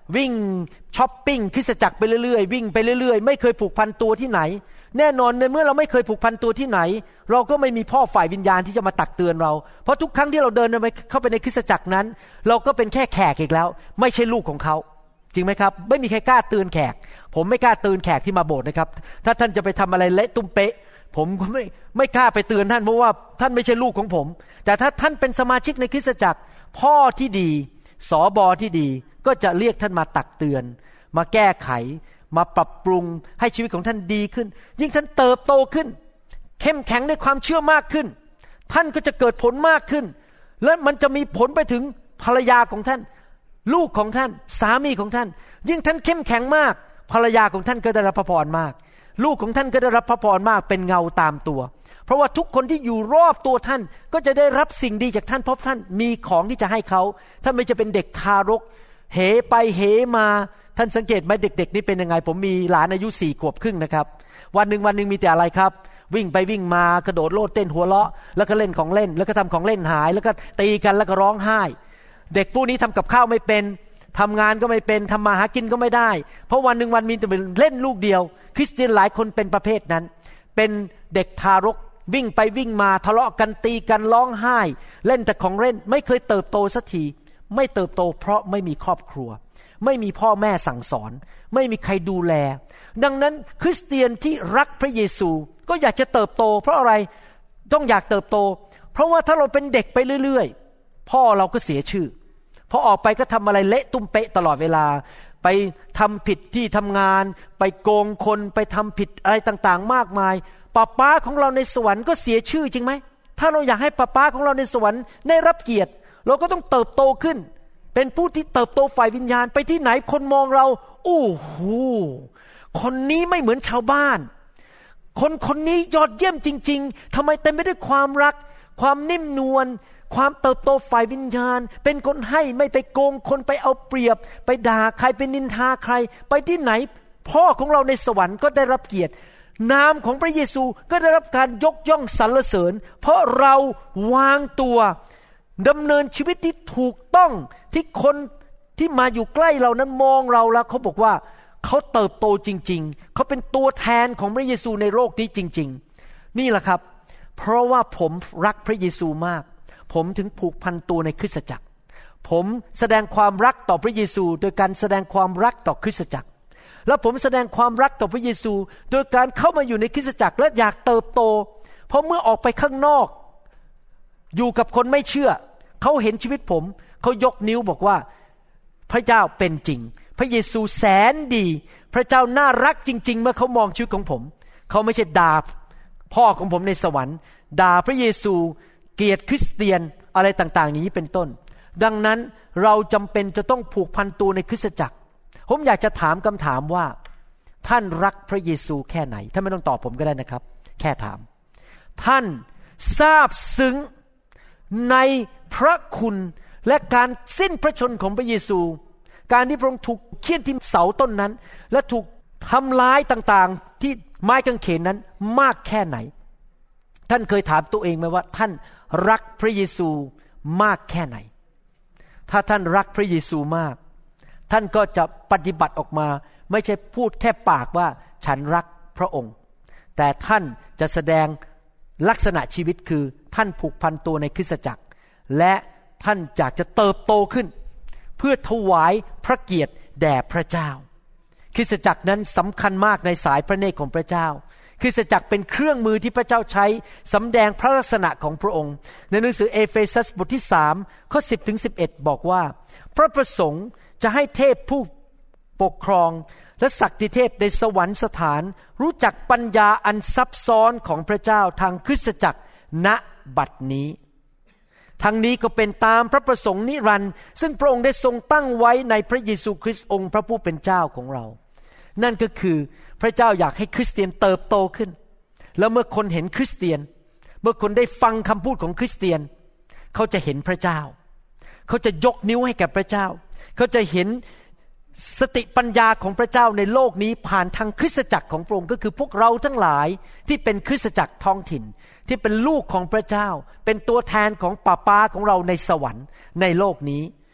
วิ่งช้อปปิ้งคริสตจักรไปเรื่อยๆวิ่งไปเรื่อยๆไม่เคยผูกพันตัวที่ไหนแน่นอนในเมื่อเราไม่เคยผูกพันตัวที่ไหนเราก็ไม่มีพ่อฝ่ายวิญญาณที่จะมาตักเตือนเราเพราะทุกครั้งที่เราเดินเข้าไปในคริสตจักรนั้นเราก็เป็นแค่แขกอีกแล้วไม่ใช่ลูกของเขาจริงไหมครับไม่มีใครกล้าเตือนแขกผมไม่กล้าเตือนแขกที่มาโบสถ์นะครับถ้าท่านจะไปทำอะไรเละตุ้มเป๊ะผมก็ไม่กล้าไปเตือนท่านเพราะว่าท่านไม่ใช่ลูกของผมแต่ถ้าท่านเป็นสมาชิกในคริสตจักรพ่อที่ดีสบที่ดีก็จะเรียกท่านมาตักเตือนมาแก้ไขมาปรับปรุงให้ชีวิตของท่านดีขึ้นยิ่งท่านเติบโตขึ้นเข้มแข็งในความเชื่อมากขึ้นท่านก็จะเกิดผลมากขึ้นและมันจะมีผลไปถึงภรรยาของท่านลูกของท่านสามีของท่านยิ่งท่านเข้มแข็งมากภรรยาของท่านก็ได้รับพระพรมากลูกของท่านก็ได้รับพระพรมากเป็นเงาตามตัวเพราะว่าทุกคนที่อยู่รอบตัวท่านก็จะได้รับสิ่งดีจากท่านเพราะท่านมีของที่จะให้เขาท่านไม่จะเป็นเด็กทารกเหไปเหมาท่านสังเกตไหมเด็กๆนี่เป็นยังไงผมมีหลานอายุ4 ขวบครึ่งนะครับวันหนึ่งมีแต่อะไรครับวิ่งไปวิ่งมากระโดดโลดเต้นหัวเราะแล้วก็เล่นของเล่นแล้วก็ทำของเล่นหายแล้วก็ตีกันแล้วก็ร้องไห้เด็กพวกนี้ทำกับข้าวไม่เป็นทำงานก็ไม่เป็นทำมาหากินก็ไม่ได้เพราะวันมีแต่เล่นลูกเดียวคริสเตียนหลายคนเป็นประเภทนั้นเป็นเด็กทารกวิ่งไปวิ่งมาทะเลาะกันตีกันร้องไห้เล่นแต่ของเล่นไม่เคยเติบโตสักทีไม่เติบโตเพราะไม่มีครอบครัวไม่มีพ่อแม่สั่งสอนไม่มีใครดูแลดังนั้นคริสเตียนที่รักพระเยซูก็อยากจะเติบโตเพราะอะไรต้องอยากเติบโตเพราะว่าถ้าเราเป็นเด็กไปเรื่อยๆพ่อเราก็เสียชื่อพอออกไปก็ทำอะไรเละตุ้มเป๊ะตลอดเวลาไปทำผิดที่ทำงานไปโกงคนไปทำผิดอะไรต่างๆมากมายป้าของเราในสวรรค์ก็เสียชื่อจริงไหมถ้าเราอยากให้ป้าของเราในสวรรค์ได้รับเกียรติเราก็ต้องเติบโตขึ้นเป็นผู้ที่เติบโตฝ่ายวิญญาณไปที่ไหนคนมองเราโอ้โหคนนี้ไม่เหมือนชาวบ้านคนนี้ยอดเยี่ยมจริงๆทำไมเต็มไปด้วยความรักความนิ่มนวลความเติบโตฝ่ายวิญญาณเป็นคนให้ไม่ไปโกงคนไปเอาเปรียบไปด่าใครไปนินทาใครไปที่ไหนพ่อของเราในสวรรค์ก็ได้รับเกียรตินามของพระเยซูก็ได้รับการยกย่องสรรเสริญเพราะเราวางตัวดำเนินชีวิตที่ถูกต้องที่คนที่มาอยู่ใกล้เรานั้นมองเราแล้วเขาบอกว่าเขาเติบโตจริงๆเขาเป็นตัวแทนของพระเยซูในโลกนี้จริงๆนี่แหละครับเพราะว่าผมรักพระเยซูมากผมถึงผูกพันตัวในคริสตจักรผมแสดงความรักต่อพระเยซูโดยการแสดงความรักต่อคริสตจักรและผมแสดงความรักต่อพระเยซูโดยการเข้ามาอยู่ในคริสตจักรและอยากเติบโตเพราะเมื่อออกไปข้างนอกอยู่กับคนไม่เชื่อเขาเห็นชีวิตผมเขายกนิ้วบอกว่าพระเจ้าเป็นจริงพระเยซูแสนดีพระเจ้าน่ารักจริงๆเมื่อเขามองชีวิตของผมเขาไม่ใช่ด่าพ่อของผมในสวรรค์ด่าพระเยซูเกลียดคริสเตียนอะไรต่างๆอย่างนี้เป็นต้นดังนั้นเราจำเป็นจะต้องผูกพันตัวในคริสตจักรผมอยากจะถามคำถามว่าท่านรักพระเยซูแค่ไหนท่านไม่ต้องตอบผมก็ได้นะครับแค่ถามท่านซาบซึ้งในพระคุณและการสิ้นพระชนของพระเยซูการที่พระองค์ถูกเฆี่ยนที่เสาต้นนั้นและถูกทำร้ายต่างๆที่ไม้กางเขนนั้นมากแค่ไหนท่านเคยถามตัวเองไหมว่าท่านรักพระเยซูมากแค่ไหนถ้าท่านรักพระเยซูมากท่านก็จะปฏิบัติออกมาไม่ใช่พูดแค่ปากว่าฉันรักพระองค์แต่ท่านจะแสดงลักษณะชีวิตคือท่านผูกพันตัวในคริสตจักรและท่านอยากจะเติบโตขึ้นเพื่อถวายพระเกียรติแด่พระเจ้าคริสตจักรนั้นสำคัญมากในสายพระเนตรของพระเจ้าคริสตจักรเป็นเครื่องมือที่พระเจ้าใช้สำแดงพระลักษณะของพระองค์ในหนังสือเอเฟซัสบทที่3ข้อ10ถึง11บอกว่าพระประสงค์จะให้เทพผู้ปกครองและศักดิเทพในสวรรคสถานรู้จักปัญญาอันซับซ้อนของพระเจ้าทางคริสตจักรณบัดนี้ทั้งนี้ก็เป็นตามพระประสงค์นิรันดร์ซึ่งพระองค์ได้ทรงตั้งไว้ในพระเยซูคริสต์องค์พระผู้เป็นเจ้าของเรานั่นก็คือพระเจ้าอยากให้คริสเตียนเติบโตขึ้นแล้วเมื่อคนเห็นคริสเตียนเมื่อคนได้ฟังคำพูดของคริสเตียนเขาจะเห็นพระเจ้าเขาจะยกนิ้วให้แก่พระเจ้าเขาจะเห็นสติปัญญาของพระเจ้าในโลกนี้ผ่านทางคริสตจักรของพระองค์ก็คือพวกเราทั้งหลายที่เป็นคริสตจักรท้องถิ่นที่เป็นลูกของพระเจ้าเป็นตัวแทนของป้าของเราในสวรรค์ในโลกนี้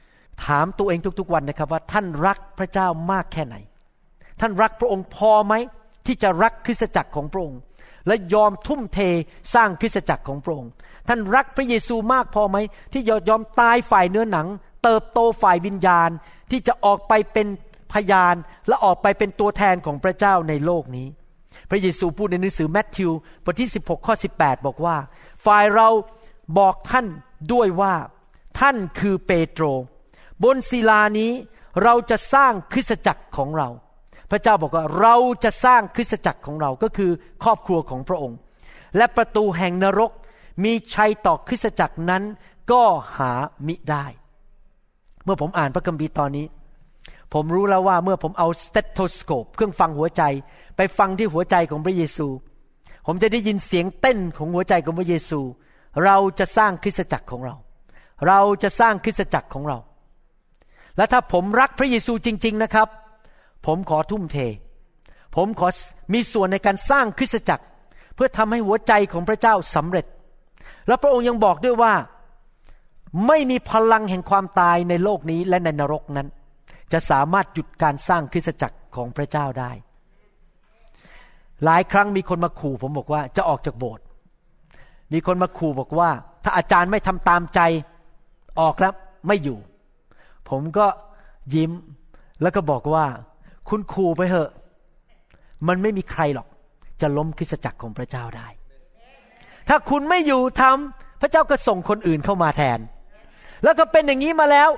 ถามตัวเองทุกๆวันนะครับว่าท่านรักพระเจ้ามากแค่ไหนท่านรักพระองค์พอไหมที่จะรักคริสตจักรของพระองค์และยอมทุ่มเทสร้างคริสตจักรของพระองค์ท่านรักพระเยซูมากพอไหมที่ยอมตายฝ่ายเนื้อหนังเติบโตฝ่ายวิญญาณที่จะออกไปเป็นพยานและออกไปเป็นตัวแทนของพระเจ้าในโลกนี้พระเยซูพูดในหนังสือมัทธิวบทที่16ข้อ18บอกว่าฝ่ายเราบอกท่านด้วยว่าท่านคือเปโตรบนศิลานี้เราจะสร้างคริสตจักรของเราพระเจ้าบอกว่าเราจะสร้างคริสตจักรของเราก็คือครอบครัวของพระองค์และประตูแห่งนรกมีชัยต่อคริสตจักรนั้นก็หามิได้เมื่อผมอ่านพระคัมภีร์ตอนนี้ผมรู้แล้วว่าเมื่อผมเอาสเตโทสโคปเครื่องฟังหัวใจไปฟังที่หัวใจของพระเยซูผมจะได้ยินเสียงเต้นของหัวใจของพระเยซูเราจะสร้างคริสตจักรของเราเราจะสร้างคริสตจักรของเราและถ้าผมรักพระเยซูจริงๆนะครับผมขอทุ่มเทผมขอมีส่วนในการสร้างคริสตจักรเพื่อทำให้หัวใจของพระเจ้าสำเร็จและพระองค์ยังบอกด้วยว่าไม่มีพลังแห่งความตายในโลกนี้และในนรกนั้นจะสามารถหยุดการสร้างคริสตจักรของพระเจ้าได้หลายครั้งมีคนมาขู่ผมบอกว่าจะออกจากโบสถ์มีคนมาขู่บอกว่าถ้าอาจารย์ไม่ทำตามใจออกแล้วไม่อยู่ผมก็ยิ้มแล้วก็บอกว่าคุณขู่ไปเถอะมันไม่มีใครหรอกจะล้มคริสตจักรของพระเจ้าได้ถ้าคุณไม่อยู่ทำพระเจ้าก็ส่งคนอื่นเข้ามาแทนแล้วก็เป็นอย่างนี้มาแล้ว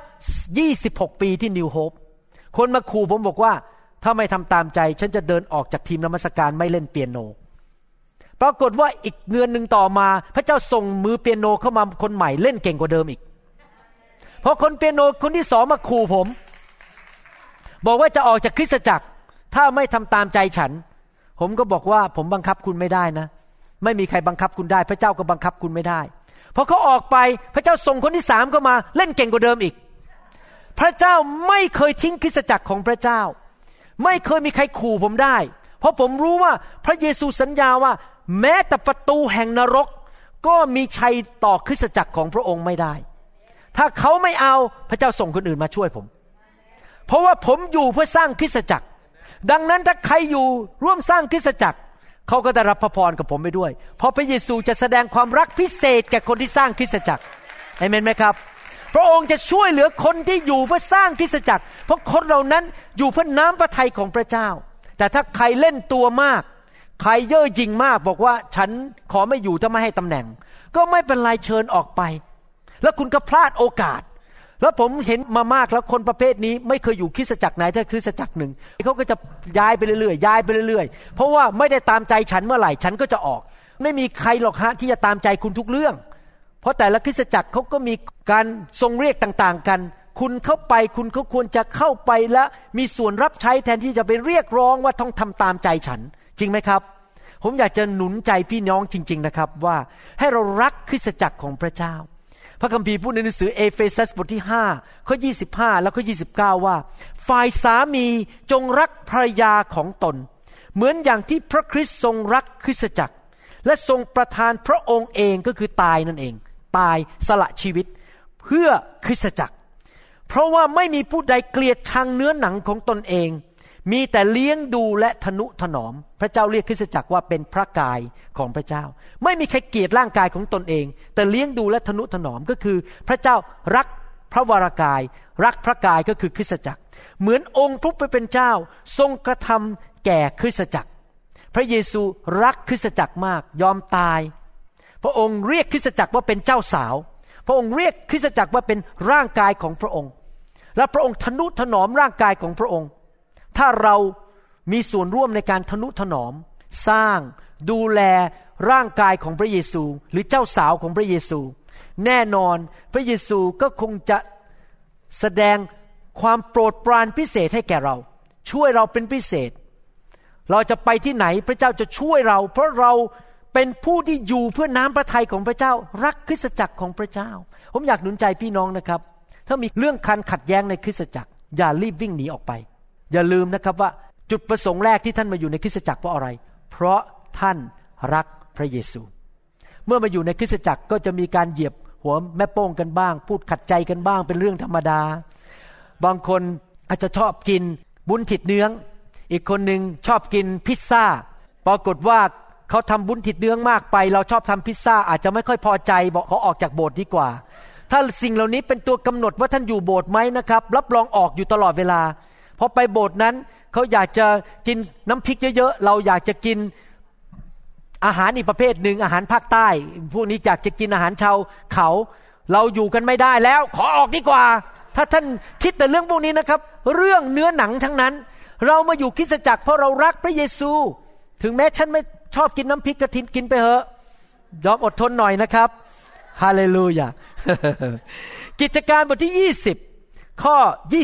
26ปีที่นิวโฮปคนมาขู่ผมบอกว่าถ้าไม่ทำตามใจฉันจะเดินออกจากทีมนมัสการไม่เล่นเปียโนปรากฏว่าอีกเดือนนึงต่อมาพระเจ้าส่งมือเปียโนเข้ามาคนใหม่เล่นเก่งกว่าเดิมอีกพอคนเปียโนคนที่2มาขู่ผมบอกว่าจะออกจากคริสตจักรถ้าไม่ทำตามใจฉันผมก็บอกว่าผมบังคับคุณไม่ได้นะไม่มีใครบังคับคุณได้พระเจ้าก็บังคับคุณไม่ได้พอเขาออกไปพระเจ้าส่งคนที่3เข้ามาเล่นเก่งกว่าเดิมอีกพระเจ้าไม่เคยทิ้งคริสตจักรของพระเจ้าไม่เคยมีใครขู่ผมได้เพราะผมรู้ว่าพระเยซูสัญญาว่าแม้แต่ประตูแห่งนรกก็มีชัยต่อคริสตจักรของพระองค์ไม่ได้ถ้าเขาไม่เอาพระเจ้าส่งคนอื่นมาช่วยผมเพราะว่าผมอยู่เพื่อสร้างคริสตจักรดังนั้นถ้าใครอยู่ร่วมสร้างคริสตจักรเขาก็ได้รับพระพรกับผมไปด้วยเพราะพระเยซูจะแสดงความรักพิเศษแก่คนที่สร้างคริสตจักรอาเมนไหมครับพระองค์จะช่วยเหลือคนที่อยู่เพื่อสร้างคริสตจักรเพราะคนเหล่านั้นอยู่เพื่อน้ำพระทัยของพระเจ้าแต่ถ้าใครเล่นตัวมากใครเย่อหยิ่งมากบอกว่าฉันขอไม่อยู่ถ้าไม่ให้ตำแหน่งก็ไม่เป็นไรเชิญออกไปแล้วคุณก็พลาดโอกาสแล้วผมเห็นมามากแล้วคนประเภทนี้ไม่เคยอยู่คริสตจักรไหนถ้าคริสตจักรหนึ่งเขาก็จะย้ายไปเรื่อยๆย้ายไปเรื่อยๆเพราะว่าไม่ได้ตามใจฉันเมื่อไหร่ฉันก็จะออกไม่มีใครหรอกฮะที่จะตามใจคุณทุกเรื่องเพราะแต่ละคริสตจักรเขาก็มีการทรงเรียกต่างๆกันคุณเข้าไปคุณก็ควรจะเข้าไปและมีส่วนรับใช้แทนที่จะไปเรียกร้องว่าต้องทำตามใจฉันจริงไหมครับผมอยากจะหนุนใจพี่น้องจริงๆนะครับว่าให้เรารักคริสตจักรของพระเจ้าพระคัมภีร์พูดในหนังสือเอเฟซัสบทที่5ข้อ25แล้วก็29ว่าฝ่ายสามีจงรักภรรยาของตนเหมือนอย่างที่พระคริสต์ทรงรักคริสตจักรและทรงประทานพระองค์เองก็คือตายนั่นเองตายสละชีวิตเพื่อคริสตจักรเพราะว่าไม่มีผู้ใดเกลียดชังเนื้อหนังของตนเองมีแต่เลี้ยงดูและทนุถนอมพระเจ้าเรียกคริสตจักรว่าเป็นพระกายของพระเจ้าไม่มีใครเกลียดร่างกายของตนเองแต่เลี้ยงดูและทนุถนอมก็คือพระเจ้ารักพระวรากายรักพระกายก็คือคริสตจักรเหมือนองค์พระผู้เป็นเจ้าทรงกระทำแก่คริสตจักรพระเยซูรักคริสตจักรมากยอมตายพระองค์เรียกคริสตจักรว่าเป็นเจ้าสาวพระองค์เรียกคริสตจักรว่าเป็นร่างกายของพระองค์และพระองค์ทนุถนอมร่างกายของพระองค์ถ้าเรามีส่วนร่วมในการทนุถนอมสร้างดูแลร่างกายของพระเยซูหรือเจ้าสาวของพระเยซูแน่นอนพระเยซูก็คงจะแสดงความโปรดปรานพิเศษให้แก่เราช่วยเราเป็นพิเศษเราจะไปที่ไหนพระเจ้าจะช่วยเราเพราะเราเป็นผู้ที่อยู่เพื่อน้ำพระทัยของพระเจ้ารักคริสตจักรของพระเจ้าผมอยากหนุนใจพี่น้องนะครับถ้ามีเรื่องการขัดแย้งในคริสตจักรอย่ารีบวิ่งหนีออกไปอย่าลืมนะครับว่าจุดประสงค์แรกที่ท่านมาอยู่ในคริสตจักรเพราะอะไรเพราะท่านรักพระเยซูเมื่อมาอยู่ในคริสตจักรก็จะมีการเหยียบหัวแม่โป้งกันบ้างพูดขัดใจกันบ้างเป็นเรื่องธรรมดาบางคนอาจจะชอบกินบุญถิดเนื้องอีกคนนึงชอบกินพิซซ่าปรากฏว่าเขาทำบุญถิดเนื้องมากไปเราชอบทำพิซซ่าอาจจะไม่ค่อยพอใจบอกเขาออกจากโบสถ์ดีกว่าถ้าสิ่งเหล่านี้เป็นตัวกำหนดว่าท่านอยู่โบสถ์ไหมนะครับรับรองออกอยู่ตลอดเวลาพอไปโบสถ์นั้นเขาอยากจะกินน้ำพริกเยอะๆเราอยากจะกินอาหารอีกประเภทหนึ่งอาหารภาคใต้พวกนี้อยากจะกินอาหารชาวเขาเราอยู่กันไม่ได้แล้วขอออกดีกว่าถ้าท่านคิดแต่เรื่องพวกนี้นะครับเรื่องเนื้อหนังทั้งนั้นเรามาอยู่คริสตจักรเพราะเรารักพระเยซูถึงแม้ฉันไม่ชอบกินน้ำพริกกระถินกินไปเถอะยอมอดทนหน่อยนะครับฮาเลลูยา กิจการบทที่20ข้อ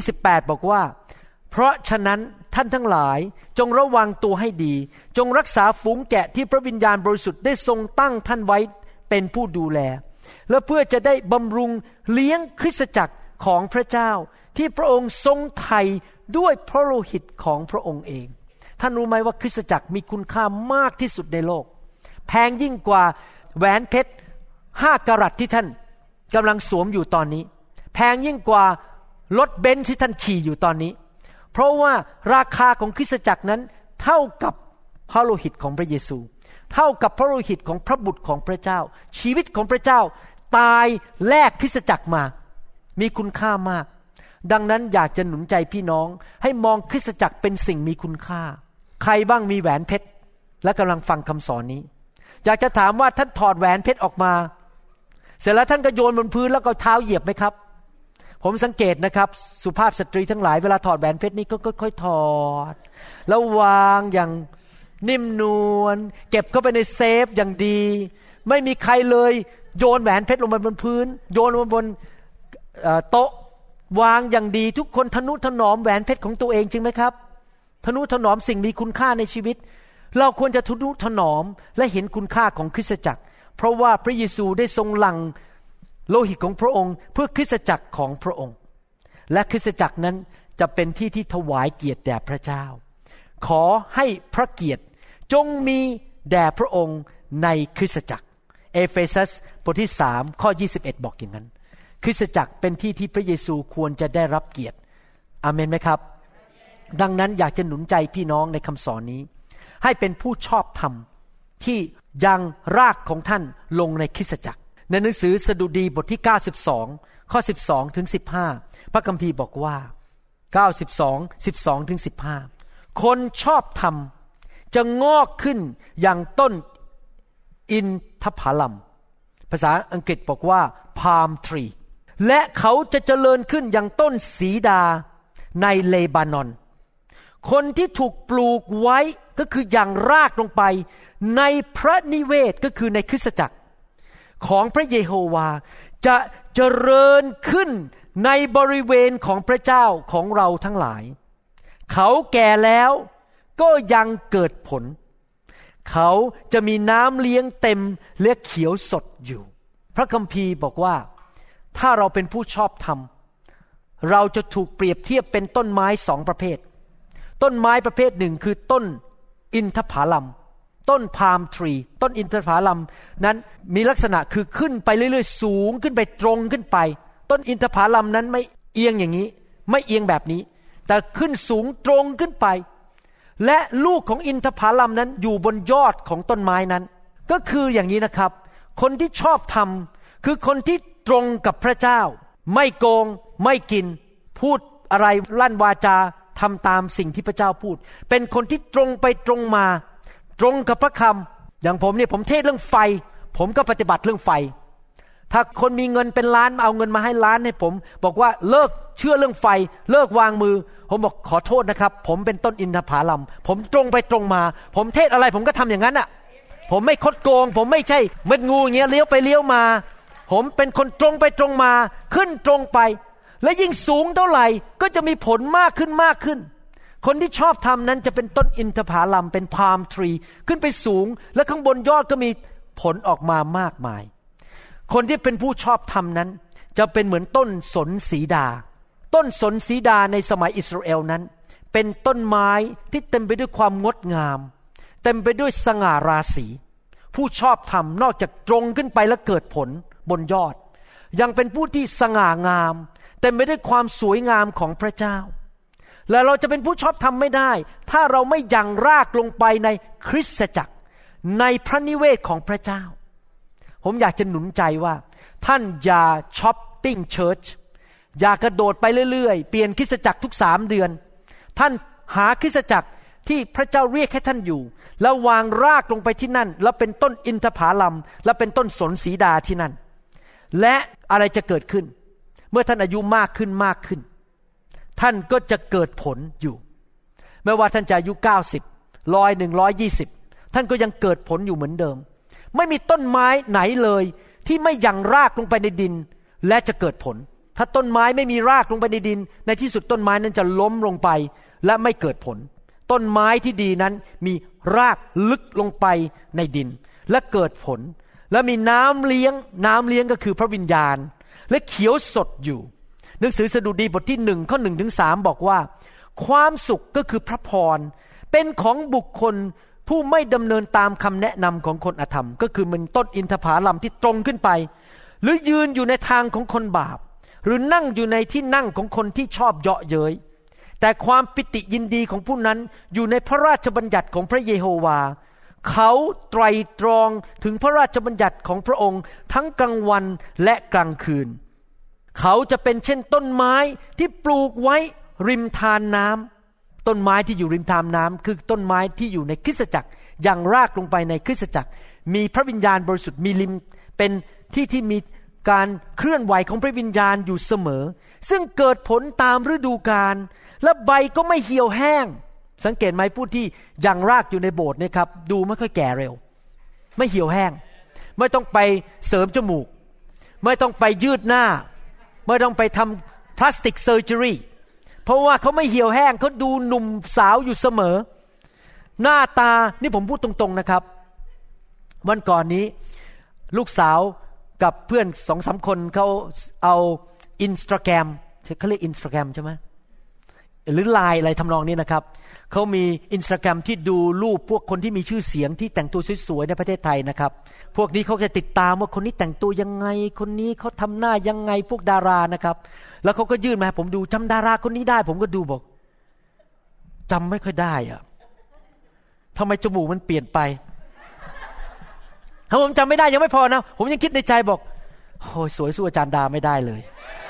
28บอกว่าเพราะฉะนั้นท่านทั้งหลายจงระวังตัวให้ดีจงรักษาฝูงแกะที่พระวิญญาณบริสุทธิ์ได้ทรงตั้งท่านไว้เป็นผู้ดูแลและเพื่อจะได้บำรุงเลี้ยงคริสตจักรของพระเจ้าที่พระองค์ทรงไถ่ด้วยพระโลหิตของพระองค์เองท่านรู้ไหมว่าคริสตจักรมีคุณค่ามากที่สุดในโลกแพงยิ่งกว่าแหวนเพชร5 กะรัตที่ท่านกำลังสวมอยู่ตอนนี้แพงยิ่งกว่ารถเบนซ์ที่ท่านขี่อยู่ตอนนี้เพราะว่าราคาของคริสตจักรนั้นเท่ากับพระโลหิตของพระเยซูเท่ากับพระโลหิตของพระบุตรของพระเจ้าชีวิตของพระเจ้าตายแลกคริสตจักรมามีคุณค่ามากดังนั้นอยากจะหนุนใจพี่น้องให้มองคริสตจักรเป็นสิ่งมีคุณค่าใครบ้างมีแหวนเพชรและกำลังฟังคำสอนนี้อยากจะถามว่าท่านถอดแหวนเพชรออกมาเสร็จแล้วท่านก็โยนบนพื้นแล้วก็เท้าเหยียบไหมครับผมสังเกตนะครับสุภาพสตรีทั้งหลายเวลาถอดแหวนเพชรนี่ก็ค่อยๆถอดแล้ววางอย่างนิ่มนวลเก็บเข้าไปในเซฟอย่างดีไม่มีใครเลยโยนแหวนเพชรลงมาบนพื้นโยนลงมาบนโต๊ะวางอย่างดีทุกคนทนุถนอมแหวนเพชรของตัวเองจริงไหมครับทนุถนอมสิ่งมีคุณค่าในชีวิตเราควรจะทนุถนอมและเห็นคุณค่าของคริสตจักรเพราะว่าพระเยซูได้ทรงหลั่งโลหิตของพระองค์เพื่อคริสตจักรของพระองค์และคริสตจักรนั้นจะเป็นที่ที่ถวายเกียรติแด่พระเจ้าขอให้พระเกียรติจงมีแด่พระองค์ในคริสตจักรเอเฟซัสบทที่3ข้อ21บอกอย่างนั้นคริสตจักรเป็นที่ที่พระเยซูควรจะได้รับเกียรติอาเมนไหมครับดังนั้นอยากจะหนุนใจพี่น้องในคำสอนนี้ให้เป็นผู้ชอบธรรมที่ยังรากของท่านลงในคริสตจักรในหนังสือสดุดีบทที่92ข้อ12ถึง15พระคัมภีร์บอกว่า92 12ถึง15คนชอบธรรมจะงอกขึ้นอย่างต้นอินทผลัมภาษาอังกฤษบอกว่า palm tree และเขาจะเจริญขึ้นอย่างต้นสีดาในเลบานอนคนที่ถูกปลูกไว้ก็คืออย่างรากลงไปในพระนิเวศก็คือในคริสตจักรของพระเยโฮวาจะเจริญขึ้นในบริเวณของพระเจ้าของเราทั้งหลายเขาแก่แล้วก็ยังเกิดผลเขาจะมีน้ำเลี้ยงเต็มและเขียวสดอยู่พระคัมภีร์บอกว่าถ้าเราเป็นผู้ชอบธรรมเราจะถูกเปรียบเทียบเป็นต้นไม้2 ประเภทต้นไม้ประเภทหนึ่งคือต้นอินทผลัมต้นพาล์มทรีต้นอินทผลัมนั้นมีลักษณะคือขึ้นไปเรื่อยๆสูงขึ้นไปตรงขึ้นไปต้นอินทผลัมนั้นไม่เอียงอย่างนี้ไม่เอียงแบบนี้แต่ขึ้นสูงตรงขึ้นไปและลูกของอินทผลัมนั้นอยู่บนยอดของต้นไม้นั้นก็คืออย่างนี้นะครับคนที่ชอบธรรมคือคนที่ตรงกับพระเจ้าไม่โกงไม่กินพูดอะไรลั่นวาจาทำตามสิ่งที่พระเจ้าพูดเป็นคนที่ตรงไปตรงมาตรงกับพระคำอย่างผมเนี่ยผมเทศเรื่องไฟผมก็ปฏิบัติเรื่องไฟถ้าคนมีเงินเป็นล้านเอาเงินมาให้ล้านให้ผมบอกว่าเลิกเชื่อเรื่องไฟเลิกวางมือผมบอกขอโทษนะครับผมเป็นต้นอินทผลัมผมตรงไปตรงมาผมเทศอะไรผมก็ทำอย่างนั้นอ่ะผมไม่คดโกงผมไม่ใช่เม็ดงูอย่างเงี้ยเลี้ยวไปเลี้ยวมาผมเป็นคนตรงไปตรงมาขึ้นตรงไปและยิ่งสูงเท่าไหร่ก็จะมีผลมากขึ้นมากขึ้นคนที่ชอบทำนั้นจะเป็นต้นอินทผลัมเป็นพาล์มทรีขึ้นไปสูงและข้างบนยอดก็มีผลออกมามากมายคนที่เป็นผู้ชอบธรรมนั้นจะเป็นเหมือนต้นสนสีดาต้นสนสีดาในสมัยอิสราเอลนั้นเป็นต้นไม้ที่เต็มไปด้วยความงดงามเต็มไปด้วยสง่าราศีผู้ชอบธรรมนอกจากตรงขึ้นไปแล้วเกิดผลบนยอดยังเป็นผู้ที่สง่างามเต็มไปด้วยความสวยงามของพระเจ้าและเราจะเป็นผู้ชอบธรรมไม่ได้ถ้าเราไม่ยังรากลงไปในคริสตจักรในพระนิเวศของพระเจ้าผมอยากจะหนุนใจว่าท่านอย่าช้อปปิ้งเชิร์ชอย่ากระโดดไปเรื่อยๆเปลี่ยนคริสตจักรทุก3 เดือนท่านหาคริสตจักรที่พระเจ้าเรียกให้ท่านอยู่แล้ววางรากลงไปที่นั่นแล้วเป็นต้นอินทผลัมและเป็นต้นสนสีดาที่นั่นและอะไรจะเกิดขึ้นเมื่อท่านอายุมากขึ้นท่านก็จะเกิดผลอยู่ไม่ว่าท่านจะอายุ90 100 120ท่านก็ยังเกิดผลอยู่เหมือนเดิมไม่มีต้นไม้ไหนเลยที่ไม่ยังรากลงไปในดินและจะเกิดผลถ้าต้นไม้ไม่มีรากลงไปในดินในที่สุดต้นไม้นั้นจะล้มลงไปและไม่เกิดผลต้นไม้ที่ดีนั้นมีรากลึกลงไปในดินและเกิดผลและมีน้ำเลี้ยงก็คือพระวิญญาณและเขียวสดอยู่หนังสือสดุดีบทที่1ข้อ1ถึง3บอกว่าความสุขก็คือพระพรเป็นของบุคคลผู้ไม่ดำเนินตามคำแนะนำของคนอธรรมก็คือมันต้นอินทผลัมที่ตรงขึ้นไปหรือยืนอยู่ในทางของคนบาปหรือนั่งอยู่ในที่นั่งของคนที่ชอบเยาะเย้ยแต่ความปิติยินดีของผู้นั้นอยู่ในพระราชบัญญัติของพระเยโฮวาเขาไตรตรองถึงพระราชบัญญัติของพระองค์ทั้งกลางวันและกลางคืนเขาจะเป็นเช่นต้นไม้ที่ปลูกไว้ริมทานน้ำต้นไม้ที่อยู่ริมทานน้ำคือต้นไม้ที่อยู่ในคริสตจักรยังรากลงไปในคริสตจักรมีพระวิญญาณบริสุทธิ์มีริมเป็นที่มีการเคลื่อนไหวของพระวิญญาณอยู่เสมอซึ่งเกิดผลตามฤดูกาลและใบก็ไม่เหี่ยวแห้งสังเกตไหมผู้ที่ยังรากอยู่ในโบสถ์เนี่ยครับดูไม่ค่อยแก่เร็วไม่เหี่ยวแห้งไม่ต้องไปเสริมจมูกไม่ต้องไปยืดหน้าไม่ต้องไปทำพลาสติกเซอร์เจอรี่เพราะว่าเขาไม่เหี่ยวแห้งเขาดูหนุ่มสาวอยู่เสมอหน้าตานี่ผมพูดตรงๆนะครับวันก่อนนี้ลูกสาวกับเพื่อน 2-3 คนเขาเอา Instagram เขาเรียก Instagram ใช่ไหมหรือ LINE อะไรทำนองนี้นะครับเขามี Instagram ที่ดูรูปพวกคนที่มีชื่อเสียงที่แต่งตัวสวยๆในประเทศไทยนะครับพวกนี้เขาจะติดตามว่าคนนี้แต่งตัวยังไงคนนี้เขาทำหน้ายังไงพวกดารานะครับแล้วเขาก็ยื่นมาให้ผมดูจำดาราคนนี้ได้ผมก็ดูบอกจำไม่ค่อยได้อะทำไมจมูกมันเปลี่ยนไปถ้าผมจำไม่ได้ยังไม่พอนะผมยังคิดในใจบอกโอ้ยสวยสู้อาจารย์ดาไม่ได้เลย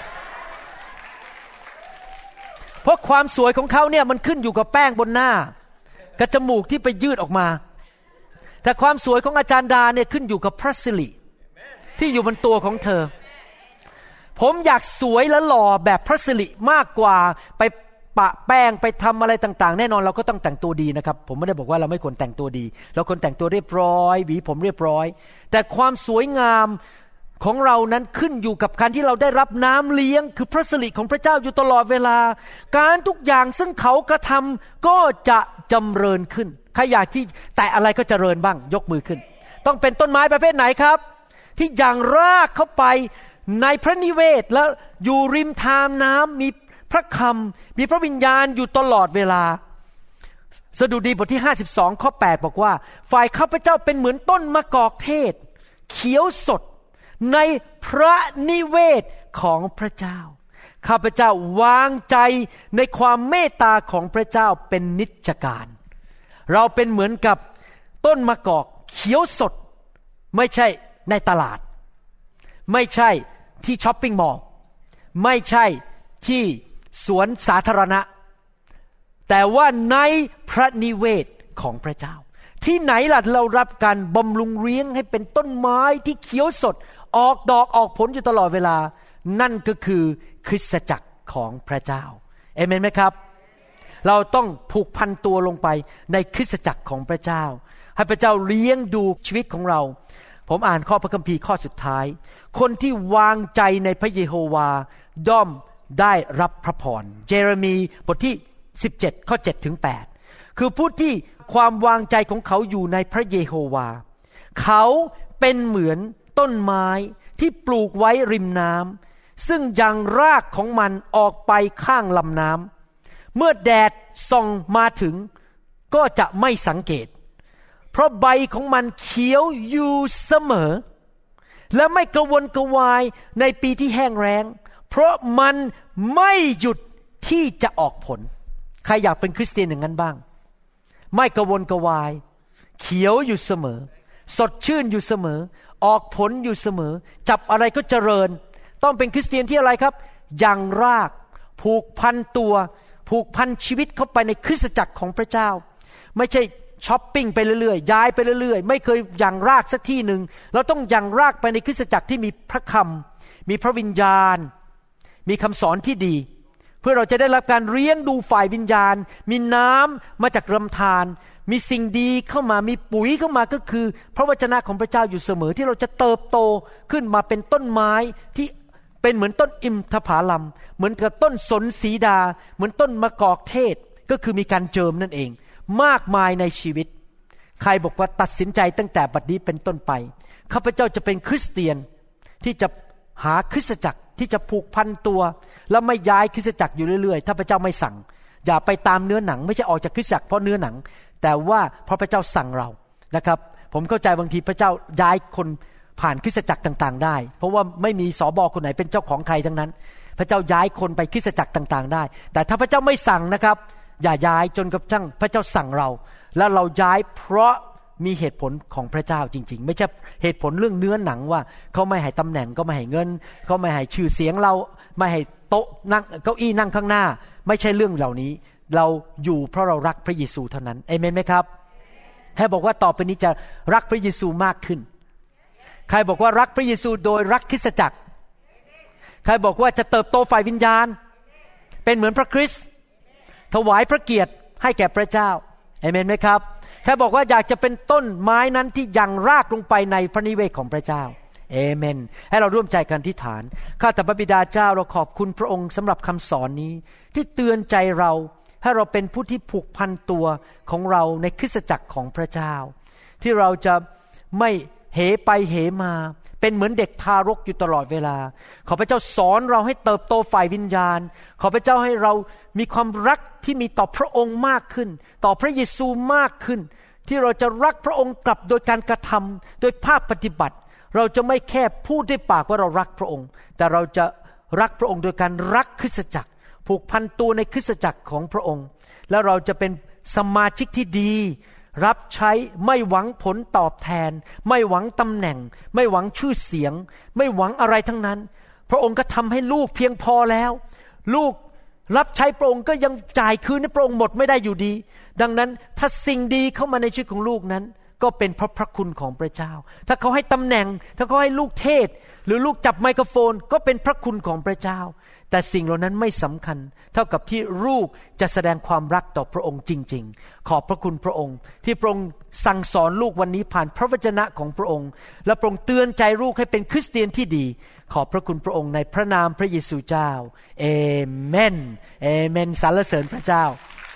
เพราะความสวยของเขาเนี่ยมันขึ้นอยู่กับแป้งบนหน้ากับจมูกที่ไปยืดออกมาแต่ความสวยของอาจารย์ดาเนี่ยขึ้นอยู่กับพระสิริที่อยู่บนตัวของเธอผมอยากสวยและหล่อแบบพระสิริมากกว่าไปปะแป้งไปทำอะไรต่างๆแน่นอนเราก็ต้องแต่งตัวดีนะครับผมไม่ได้บอกว่าเราไม่ควรแต่งตัวดีเราควรแต่งตัวเรียบร้อยหวีผมเรียบร้อยแต่ความสวยงามของเรานั้นขึ้นอยู่กับการที่เราได้รับน้ำเลี้ยงคือพระสิริของพระเจ้าอยู่ตลอดเวลาการทุกอย่างซึ่งเขากระทำก็จะจำเริญขึ้นใครอยากที่แต่อะไรก็เจริญบ้างยกมือขึ้นต้องเป็นต้นไม้ประเภทไหนครับที่ยังรากเข้าไปในพระนิเวศแล้วอยู่ริมทานน้ำมีพระคำมีพระวิญญาณอยู่ตลอดเวลาสดุดีบทที่52ข้อ8บอกว่าฝ่ายข้าพเจ้าเป็นเหมือนต้นมะกอกเทศเขียวสดในพระนิเวศของพระเจ้าข้าพเจ้าวางใจในความเมตตาของพระเจ้าเป็นนิจการเราเป็นเหมือนกับต้นมะกอกเขียวสดไม่ใช่ในตลาดไม่ใช่ที่ช้อปปิ้งมอลล์ไม่ใช่ที่สวนสาธารณะแต่ว่าในพระนิเวศของพระเจ้าที่ไหนล่ะเรารับการบำรุงเลี้ยงให้เป็นต้นไม้ที่เขียวสดออกดอกออกผลอยู่ตลอดเวลานั่นก็คือคริสตจักรของพระเจ้าเอเมนไหมครับเราต้องผูกพันตัวลงไปในคริสตจักรของพระเจ้าให้พระเจ้าเลี้ยงดูชีวิตของเราผมอ่านข้อพระคัมภีร์ข้อสุดท้ายคนที่วางใจในพระเยโฮวาย่อมได้รับพระพรเยเรมีบทที่17ข้อ7ถึง8คือผู้ที่ความวางใจของเขาอยู่ในพระเยโฮวาเขาเป็นเหมือนต้นไม้ที่ปลูกไว้ริมน้ำซึ่งยังรากของมันออกไปข้างลำน้ำเมื่อแดดส่องมาถึงก็จะไม่สังเกตเพราะใบของมันเขียวอยู่เสมอและไม่กระวนกระวายในปีที่แห้งแล้งเพราะมันไม่หยุดที่จะออกผลใครอยากเป็นคริสเตียนอย่างนั้นบ้างไม่กระวนกระวายเขียวอยู่เสมอสดชื่นอยู่เสมอออกผลอยู่เสมอจับอะไรก็เจริญต้องเป็นคริสเตียนที่อะไรครับยังรากผูกพันตัวผูกพันชีวิตเข้าไปในคริสตจักรของพระเจ้าไม่ใช่ช้อปปิ้งไปเรื่อยๆย้ายไปเรื่อยๆไม่เคยยังรากสักที่นึงเราต้องยังรากไปในคริสตจักรที่มีพระคำมีพระวิญญาณมีคำสอนที่ดีเพื่อเราจะได้รับการเลี้ยงดูฝ่ายวิญญาณมีน้ำมาจากลำธารมีสิ่งดีเข้ามามีปุ๋ยเข้ามาก็คือพระวจนะของพระเจ้าอยู่เสมอที่เราจะเติบโตขึ้นมาเป็นต้นไม้ที่เป็นเหมือนต้นอินทผลัมเหมือนกับต้นสนสีดาเหมือนต้นมะกอกเทศก็คือมีการเจิมนั่นเองมากมายในชีวิตใครบอกว่าตัดสินใจตั้งแต่บัดนี้เป็นต้นไปข้าพเจ้าจะเป็นคริสเตียนที่จะหาคริสตจักรที่จะผูกพันตัวแล้วไม่ย้ายคริสตจักรอยู่เรื่อยๆถ้าพระเจ้าไม่สั่งอย่าไปตามเนื้อหนังไม่ใช่ออกจากคริสตจักรเพราะเนื้อหนังแต่ว่าเพราะพระเจ้าสั่งเรานะครับผมเข้าใจบางทีพระเจ้าย้ายคนผ่านคริสตจักรต่างๆได้เพราะว่าไม่มีสบคนไหนเป็นเจ้าของใครทั้งนั้นพระเจ้าย้ายคนไปคริสตจักรต่างๆได้แต่ถ้าพระเจ้าไม่สั่งนะครับอย่าย้ายจนกระทั่งพระเจ้าสั่งเราแล้วเราย้ายเพราะมีเหตุผลของพระเจ้าจริงๆไม่ใช่เหตุผลเรื่องเนื้อหนังว่าเขาไม่ให้ตำแหน่งก็ไม่ให้เงินเขาไม่ให้ชื่อเสียงเราไม่ให้โต๊ะนั่งเก้าอี้นั่งข้างหน้าไม่ใช่เรื่องเหล่านี้เราอยู่เพราะเรารักพระเยซูเท่านั้นเอเมนไหมครับให้บอกว่าต่อไปนี้จะรักพระเยซูมากขึ้นใครบอกว่ารักพระเยซูโดยรักคริสตจักรใครบอกว่าจะเติบโตฝ่ายวิญญาณเป็นเหมือนพระคริสต์ถวายพระเกียรติให้แก่พระเจ้าเอเมนไหมครับใครบอกว่าอยากจะเป็นต้นไม้นั้นที่ยังรากลงไปในพระนิเวศของพระเจ้าเอเมนให้เราร่วมใจกันอธิษฐานข้าแต่พระบิดาเจ้าเราขอบคุณพระองค์สำหรับคำสอนนี้ที่เตือนใจเราให้เราเป็นผู้ที่ผูกพันตัวของเราในคริสตจักรของพระเจ้าที่เราจะไม่เหไปเหมาเป็นเหมือนเด็กทารกอยู่ตลอดเวลาขอพระเจ้าสอนเราให้เติบโตฝ่ายวิญญาณขอพระเจ้าให้เรามีความรักที่มีต่อพระองค์มากขึ้นต่อพระเยซูมากขึ้นที่เราจะรักพระองค์กลับโดยการกระทำโดยภาคปฏิบัติเราจะไม่แค่พูดด้วยปากว่าเรารักพระองค์แต่เราจะรักพระองค์โดยการรักคริสตจักรผูกพันตัวในคริสตจักรของพระองค์แล้วเราจะเป็นสมาชิกที่ดีรับใช้ไม่หวังผลตอบแทนไม่หวังตำแหน่งไม่หวังชื่อเสียงไม่หวังอะไรทั้งนั้นพระองค์ก็ทำให้ลูกเพียงพอแล้วลูกรับใช้พระองค์ก็ยังจ่ายคืนให้พระองค์หมดไม่ได้อยู่ดีดังนั้นถ้าสิ่งดีเข้ามาในชีวิตของลูกนั้นก็เป็นเพราะพระคุณของพระเจ้าถ้าเขาให้ตำแหน่งถ้าเขาให้ลูกเทศหรือลูกจับไมโครโฟนก็เป็นพระคุณของพระเจ้าแต่สิ่งเหล่านั้นไม่สำคัญเท่ากับที่ลูกจะแสดงความรักต่อพระองค์จริงๆขอบพระคุณพระองค์ที่พระองค์สั่งสอนลูกวันนี้ผ่านพระวจนะของพระองค์และพระองค์เตือนใจลูกให้เป็นคริสเตียนที่ดีขอบพระคุณพระองค์ในพระนามพระเยซูเจ้าเอเมนเอเมนสรรเสริญพระเจ้า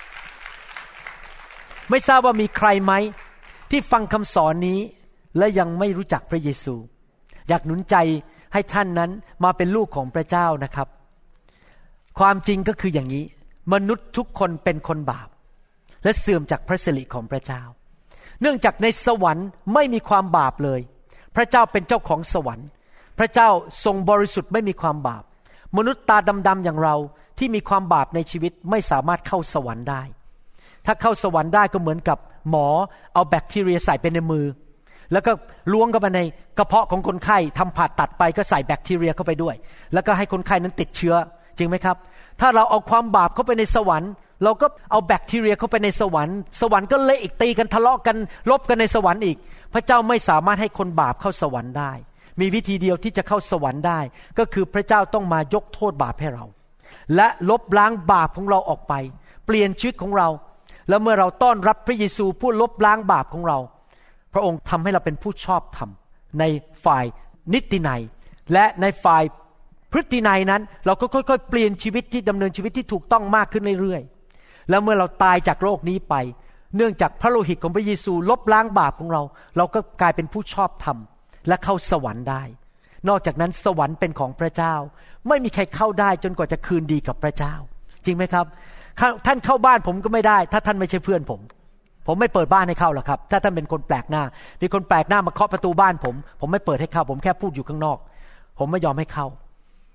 ไม่ทราบว่ามีใครไหมที่ฟังคำสอนนี้และยังไม่รู้จักพระเยซูอยากหนุนใจให้ท่านนั้นมาเป็นลูกของพระเจ้านะครับความจริงก็คืออย่างนี้มนุษย์ทุกคนเป็นคนบาปและเสื่อมจากพระสิริของพระเจ้าเนื่องจากในสวรรค์ไม่มีความบาปเลยพระเจ้าเป็นเจ้าของสวรรค์พระเจ้าทรงบริสุทธิ์ไม่มีความบาปมนุษย์ตาดำๆอย่างเราที่มีความบาปในชีวิตไม่สามารถเข้าสวรรค์ได้ถ้าเข้าสวรรค์ได้ก็เหมือนกับหมอเอาแบคทีเรียใส่ไปในมือแล้วก็ล้วงเข้าไปในกระเพาะของคนไข้ทำผ่าตัดไปก็ใส่แบคทีเรียเข้าไปด้วยแล้วก็ให้คนไข้นั้นติดเชื้อจริงไหมครับถ้าเราเอาความบาปเข้าไปในสวรรค์เราก็เอาแบคทีเรียเข้าไปในสวรรค์สวรรค์ก็เละอีกตีกันทะเลาะกันลบกันในสวรรค์อีกพระเจ้าไม่สามารถให้คนบาปเข้าสวรรค์ได้มีวิธีเดียวที่จะเข้าสวรรค์ได้ก็คือพระเจ้าต้องมายกโทษบาปให้เราและลบล้างบาปของเราออกไปเปลี่ยนชีวิตของเราแล้วเมื่อเราต้อนรับพระเยซูผู้ลบล้างบาปของเราพระองค์ทำให้เราเป็นผู้ชอบธรรมในฝ่ายนิตินัยและในฝ่ายพฤตินัยนั้นเราก็ค่อยๆเปลี่ยนชีวิตที่ดำเนินชีวิตที่ถูกต้องมากขึ้นเรื่อยๆแล้วเมื่อเราตายจากโลกนี้ไปเนื่องจากพระโลหิตของพระเยซูลบล้างบาปของเราเราก็กลายเป็นผู้ชอบธรรมและเข้าสวรรค์ได้นอกจากนั้นสวรรค์เป็นของพระเจ้าไม่มีใครเข้าได้จนกว่าจะคืนดีกับพระเจ้าจริงไหมครับท่านเข้าบ้านผมก็ไม่ได้ถ้าท่านไม่ใช่เพื่อนผมไม่เปิดบ้านให้เข้าหรอกครับถ้าท่านเป็นคนแปลกหน้ามีคนแปลกหน้ามาเคาะประตูบ้านผมไม่เปิดให้เข้าผมแค่พูดอยู่ข้างนอกผมไม่ยอมให้เข้า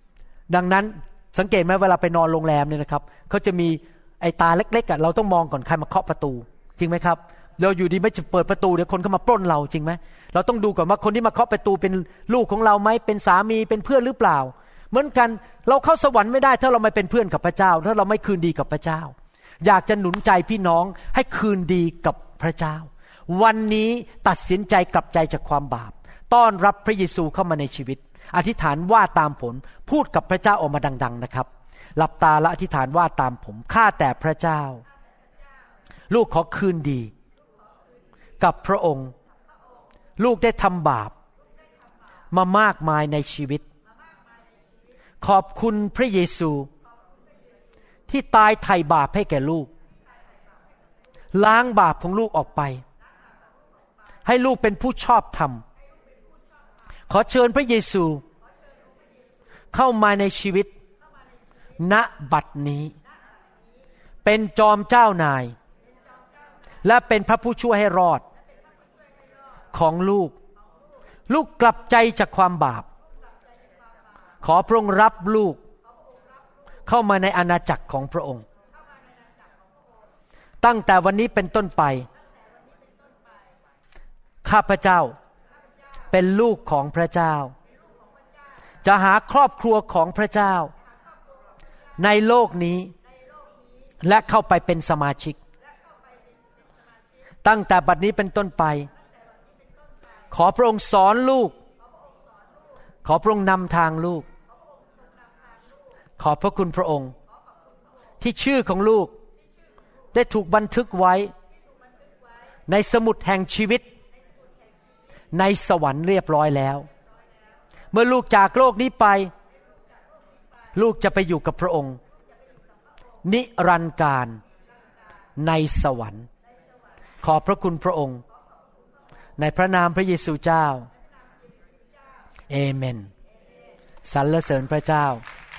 ดังนั้นสังเกตไหมเวลาไปนอนโรงแรมเนี่ยนะครับเขาจะมีไอ้ตาเล็กๆเราต้องมองก่อนใครมาเคาะประตูจริงไหมครับเราอยู่ดีไม่จะเปิดประตูเดี๋ยวคนเข้ามาปล้นเราจริงไหมเราต้องดูก่อนว่าคนที่มาเคาะประตูเป็นลูกของเราไหมเป็นสามีเป็นเพื่อนหรือเปล่าเหมือนกันเราเข้าสวรรค์ไม่ได้ถ้าเราไม่เป็นเพื่อนกับพระเจ้าถ้าเราไม่คืนดีกับพระเจ้าอยากจะหนุนใจพี่น้องให้คืนดีกับพระเจ้าวันนี้ตัดสินใจกลับใจจากความบาปต้อนรับพระเยซูเข้ามาในชีวิตอธิษฐานว่าตามผลพูดกับพระเจ้าออกมาดังๆนะครับหลับตาและอธิษฐานว่าตามผมข้าแต่พระเจ้าลูกขอคืนดีกับพระองค์ลูกได้ทำบาปมามากมายในชีวิตขอบคุณพระเยซูที่ตายไถ่บาปให้แก่ลูกล้างบาปของลูกออกไปให้ลูกเป็นผู้ชอบธรรมขอเชิญพระเยซูเข้ามาในชีวิตณบัดนี้เป็นจอมเจ้านายและเป็นพระผู้ช่วยให้รอดของลูกลูกกลับใจจากความบาปขอพระองค์รับลูกเข้ามาในอาณาจักรของพระองค์ตั้งแต่วันนี้เป็นต้นไปข้าพเจ้าเป็นลูกของพระเจ้าจะหาครอบครัวของพระเจ้าในโลกนี้และเข้าไปเป็นสมาชิกตั้งแต่บัดนี้เป็นต้นไปขอพระองค์สอนลูกขอพระองค์นำทางลูกขอบพระคุณพระองค์ที่ชื่อของลูกได้ถูกบันทึกไว้ในสมุดแห่งชีวิตในสวรรค์เรียบร้อยแล้วเมื่อลูกจากโลกนี้ไปลูกจะไปอยู่กับพระองค์นิรันดร์กาลในสวรรค์ขอบพระคุณพระองค์ในพระนามพระเยซูเจ้าเอเมนสรรเสริญพระเจ้า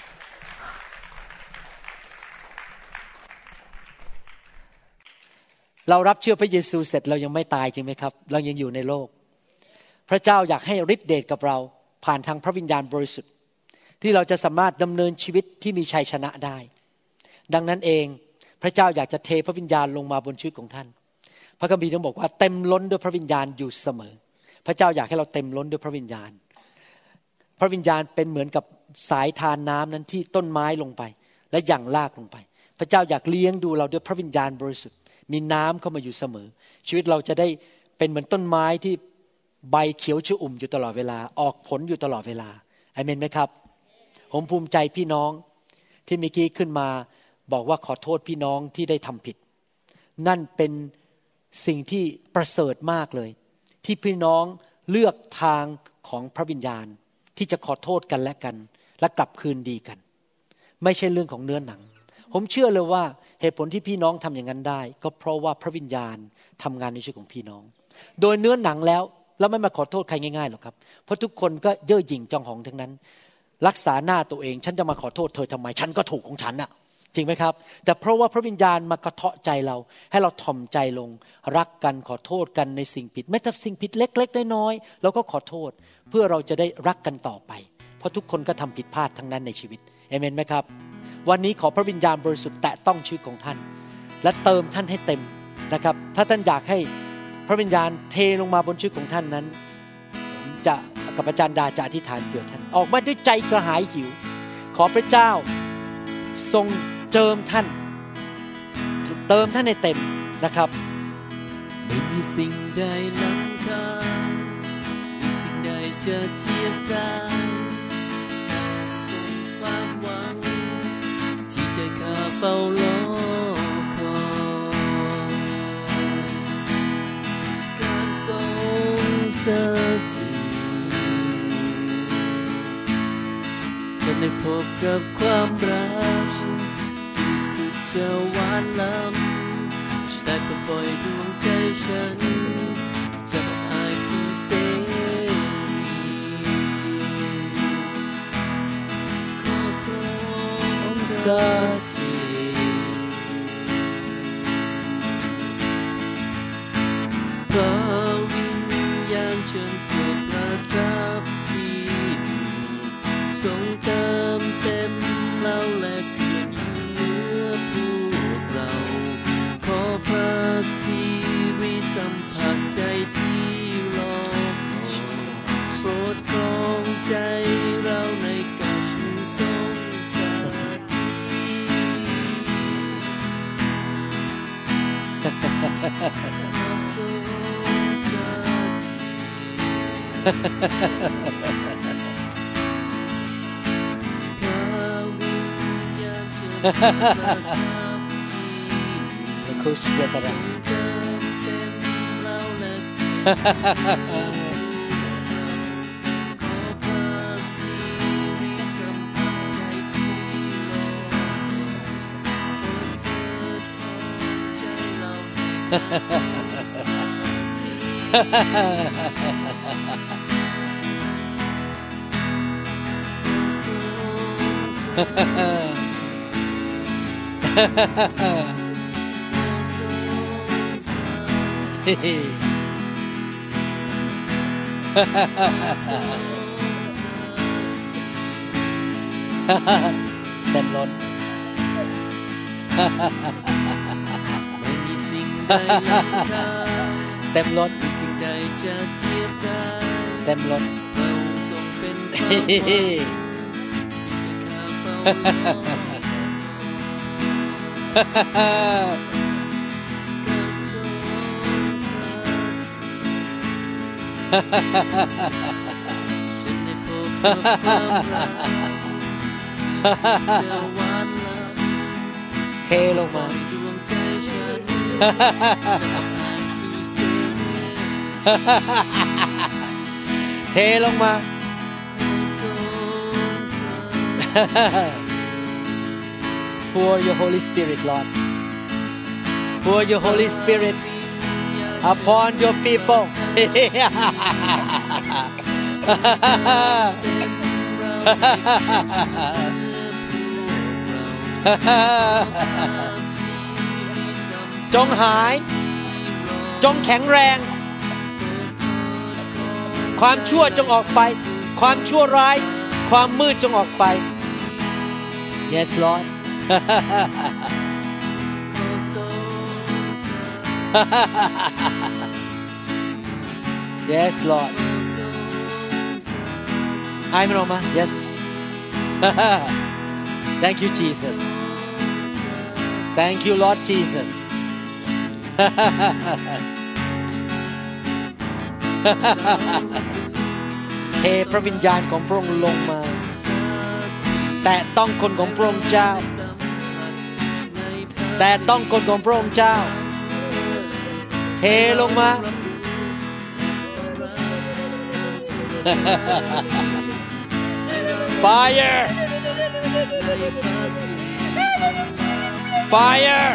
เรารับเชื่อพระเยซูเสร็จเรายังไม่ตายจริงไหมครับเรายังอยู่ในโลกพระเจ้าอยากให้ฤทธิ์เดชกับเราผ่านทางพระวิญญาณบริสุทธิ์ที่เราจะสามารถดำเนินชีวิตที่มีชัยชนะได้ดังนั้นเองพระเจ้าอยากจะเทพระวิญญาณลงมาบนชีวิตของท่านพระคัมภีร์ต้องบอกว่าเต็มล้นด้วยพระวิญญาณอยู่เสมอพระเจ้าอยากให้เราเต็มล้นด้วยพระวิญญาณพระวิญญาณเป็นเหมือนกับสายทานน้ำนั้นที่ต้นไม้ลงไปและหยั่งรากลงไปพระเจ้าอยากเลี้ยงดูเราด้วยพระวิญญาณบริสุทธิ์มีน้ำเข้ามาอยู่เสมอชีวิตเราจะได้เป็นเหมือนต้นไม้ที่ใบเขียวชอุ่มอยู่ตลอดเวลาออกผลอยู่ตลอดเวลาอาเมนไหมครับผมภูมิใจพี่น้องที่เมื่อกี้ขึ้นมาบอกว่าขอโทษพี่น้องที่ได้ทำผิดนั่นเป็นสิ่งที่ประเสริฐมากเลยที่พี่น้องเลือกทางของพระวิญญาณที่จะขอโทษกันและกันและกลับคืนดีกันไม่ใช่เรื่องของเนื้อหนังผมเชื่อเลยว่าเหตุผลที่พี่น้องทำอย่างนั้นได้ก็เพราะว่าพระวิญญาณทำงานในชีวิตของพี่น้องโดยเนื้อหนังแล้วไม่มาขอโทษใครง่ายๆหรอกครับเพราะทุกคนก็เย่อหยิ่งจองหองทั้งนั้นรักษาหน้าตัวเองฉันจะมาขอโทษเธอทำไมฉันก็ถูกของฉันน่ะจริงไหมครับแต่เพราะว่าพระวิญญาณมากระเทาะใจเราให้เราถ่อมใจลงรักกันขอโทษกันในสิ่งผิดแม้แต่สิ่งผิดเล็กๆน้อยๆเราก็ขอโทษเพื่อเราจะได้รักกันต่อไปเพราะทุกคนก็ทำผิดพลาดทั้งนั้นในชีวิตเอเมนไหมครับวันนี้ขอพระวิญญาณบริสุทธิ์แตะต้องชีวิตของท่านและเติมท่านให้เต็มนะครับถ้าท่านอยากให้พระวิญญาณเทลงมาบนชีวิตของท่านนั้นผมจะกับอาจารย์ดาจะอธิษฐานเผื่อท่านออกมาด้วยใจกระหายหิวขอพระเจ้าทรงเจิมท่านเติมท่านให้เต็มนะครับไม่มีสิ่งใดล้ำค่าไม่มีสิ่งใดจะเทียบได้ทรงความหวังที่ใจข้าเฝ้ารอคอยการทรงสถิตจะได้พบกับความรักที่สุดจะหวานล้ำได้ปลดปล่อยดวงใจฉันจะอายสู่เสรีขอทรงสถิตพระวิญญาณเชิญเถิดประทับที่นี่ทรงเติมเต็มากใจที่รอคอยโปรดครองใจเราในการทรงสถิตทรงสถิตพระวิญญาณจะประทับที่คุชเดตระเต็มล้นไม่มีสิ่งใดเต็มล้นมีสิ่งใดจะเทียบได้เต็มล้นพระองค์ทรงเป็นความหวังที่จะข้าเฝ้าฉันได้พบกับความรักที่จะหวานล้ำเทลงมาดวงใจฉันจะอ่านสู่เสน่ห์เทลงมา Pour your Holy Spirit, Lord. Pour your Holy Spirit upon your people.จงหายจงแข็งแรงความชั่วจงออกไปความชั่วร้ายความมืดจงออกไป Yes Lord Yes Lord I'm Roma Yes Thank you Jesus Thank you Lord Jesus เทพระวิญญาณของพระองค์ลงมาแตะต้องคนของพระองค์เจ้าแตะต้องคนของพระองค์เจ้าเทลงมา Fire Fire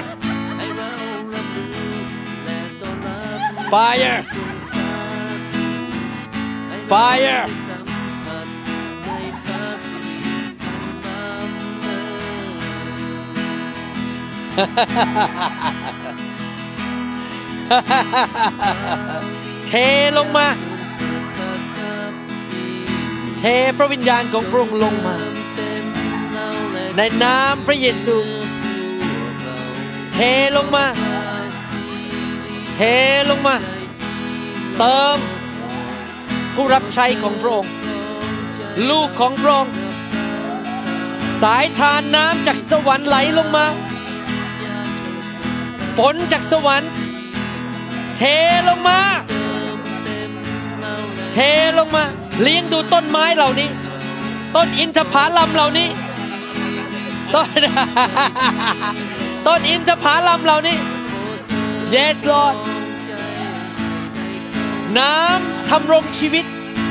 Fire Fireเทลงมาเทพระวิญญาณของพระองค์ลงมาในนามพระเยซูเทลงมาเทลงมาเติมผู้รับใช้ของพระองค์ลูกของพระองค์สายทานน้ำจากสวรรค์ไหลลงมาฝนจากสวรรค์เทลงมาเทลงมาเลี้ยงดูต้นไม้เหล่านี้ต้นอินทผลัมเหล่านี้ต้นอินทผลัมเหล่านี้ Yes Lord น้ำทำรงชีวิต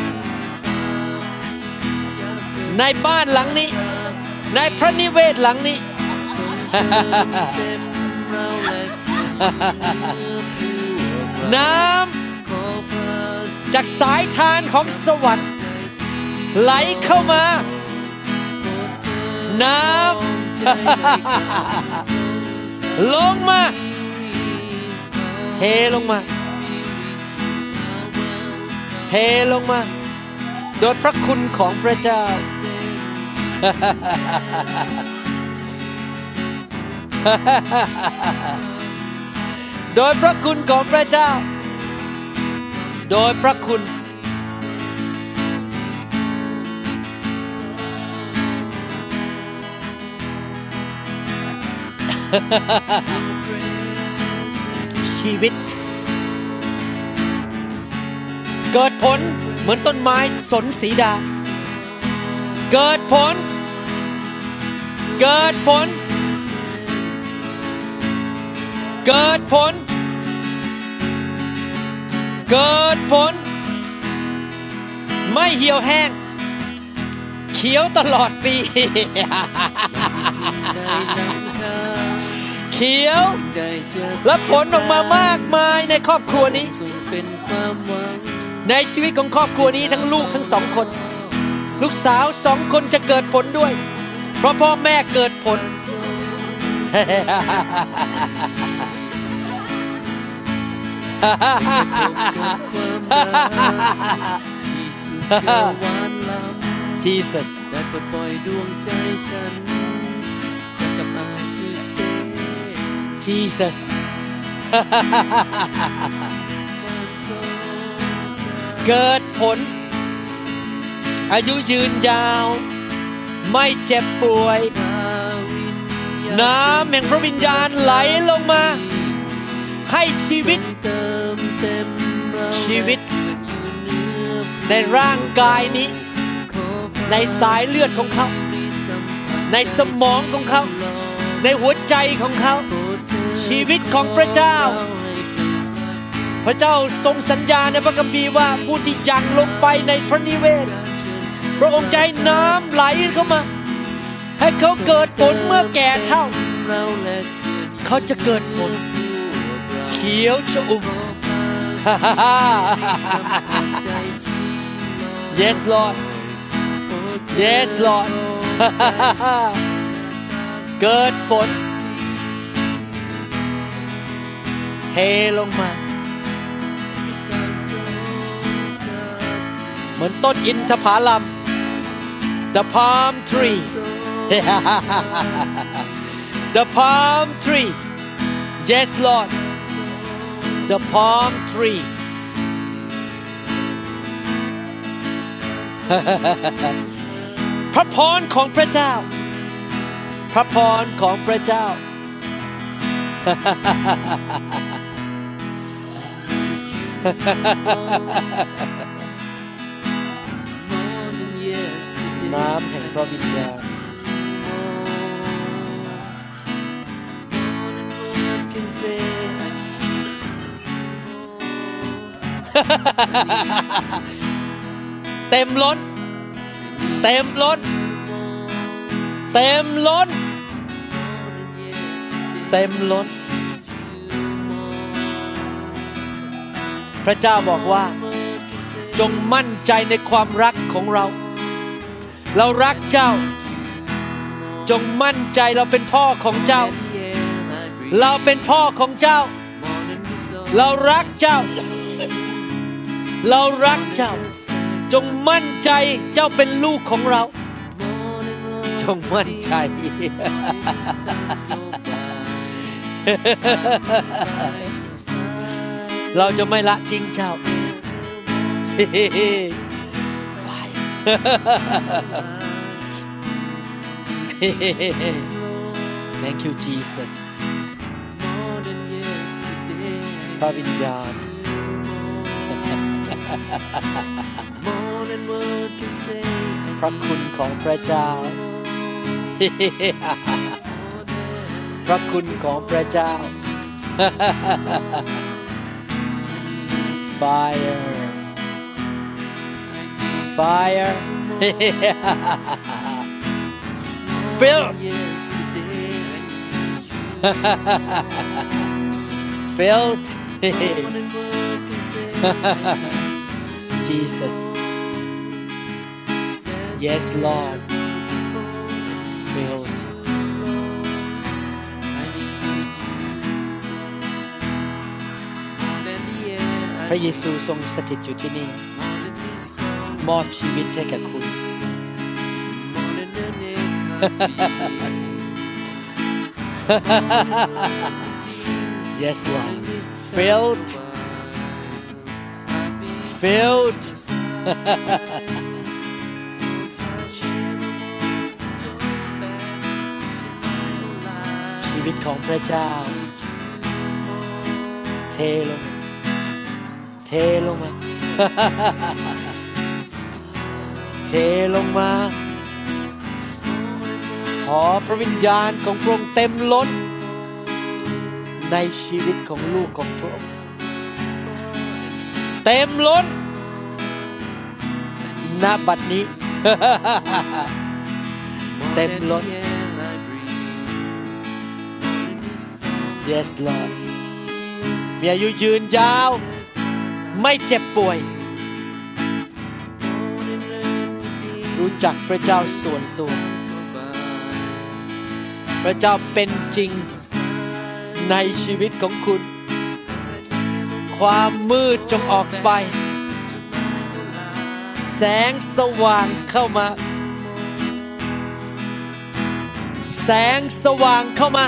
ในบ้านหลังนี้ในพระนิเวศหลังนี้ น้ำจากสายทานของสวรรค์ไหลเข้ามาน้ำลงมาเทลงมาเทลงมาโดยพระคุณของพระเจ้า โดยพระคุณของพระเจ้าโดยพระคุณชีวิตเกิดผลเหมือนต้นไม้สนสีดาเกิดผลเกิดผลเกิดผลเกิดผลไม่เหี่ยวแห้งเขียวตลอดปีเขียวและผลออกมามากมายในครอบครัวนี้ในชีวิตของครอบครัวนี้ทั้งลูกทั้ง2 คนลูกสาว2 คนจะเกิดผลด้วยเพราะพ่อแม่เกิดผล Jesus ได้ปลดปล่อยดวงใจฉันจากกับอาชีพ Jesus เกิดผลอายุยืนยาวไม่เจ็บป่วยน้ำแห่งพระวิญญาณไหลลงมาให้ชีวิตในร่างกายนี้ในสายเลือดของเขาในสมองของเขาในหัวใจของเขาชีวิตของพระเจ้าพระเจ้าทรงสัญญาในพระคัมภีร์ว่าผู้ที่ยังลงไปในพระนิเวศพระองค์จะให้น้ำไหลเข้ามาให้เขาเกิดผลเมื่อแก่เฒ่าเขาจะเกิดผลเขียวชอุ่ม Yes Lord Yes Lord เกิดผลเทลงมาเหมือนต้นอินทผลัม The palm tree The palm tree Yes Lord The palm tree พระพรของพระเจ้าพระพรของพระเจ้า น้ำแห่งพระวิญญาณเต็มล้นเต็มล้นเต็มล้นเต็มล้นพระเจ้าบอกว่าจงมั่นใจในความรักของเราเรารักเจ้าจงมั่นใจเราเป็นพ่อของเจ้าเราเป็นพ่อของเจ้าเรารักเจ้าเรารักเจ้าจงมั่นใจเจ้าเป็นลูกของเราจงมั่นใจ เราจะไม่ละทิ้งเจ้า Thank you Jesus พระวิญญาณพระคุณของพระเจ้า พระคุณของพระเจ้า Fire Fire Fill Filled Jesus Yes Lord Filled พระเยซูทรงสถิตอยู่ที่นี่มอบชีวิตให้แก่คุณ Yes Lord Filled filled ชีวิตของพระเจ้าเทลงเทลงมา เทลงมาขอพระวิญญาณของพระองค์เต็มล้นในชีวิตของลูกของพระองค์เต็มล้นณบัดนี้ เต็มล้น Yes Lord มีอายุยืนยาวไม่เจ็บป่วยรู้จักพระเจ้าส่วนตัวพระเจ้าเป็นจริงในชีวิตของคุณความมืดจงออกไปแสงสว่างเข้ามาแสงสว่างเข้ามา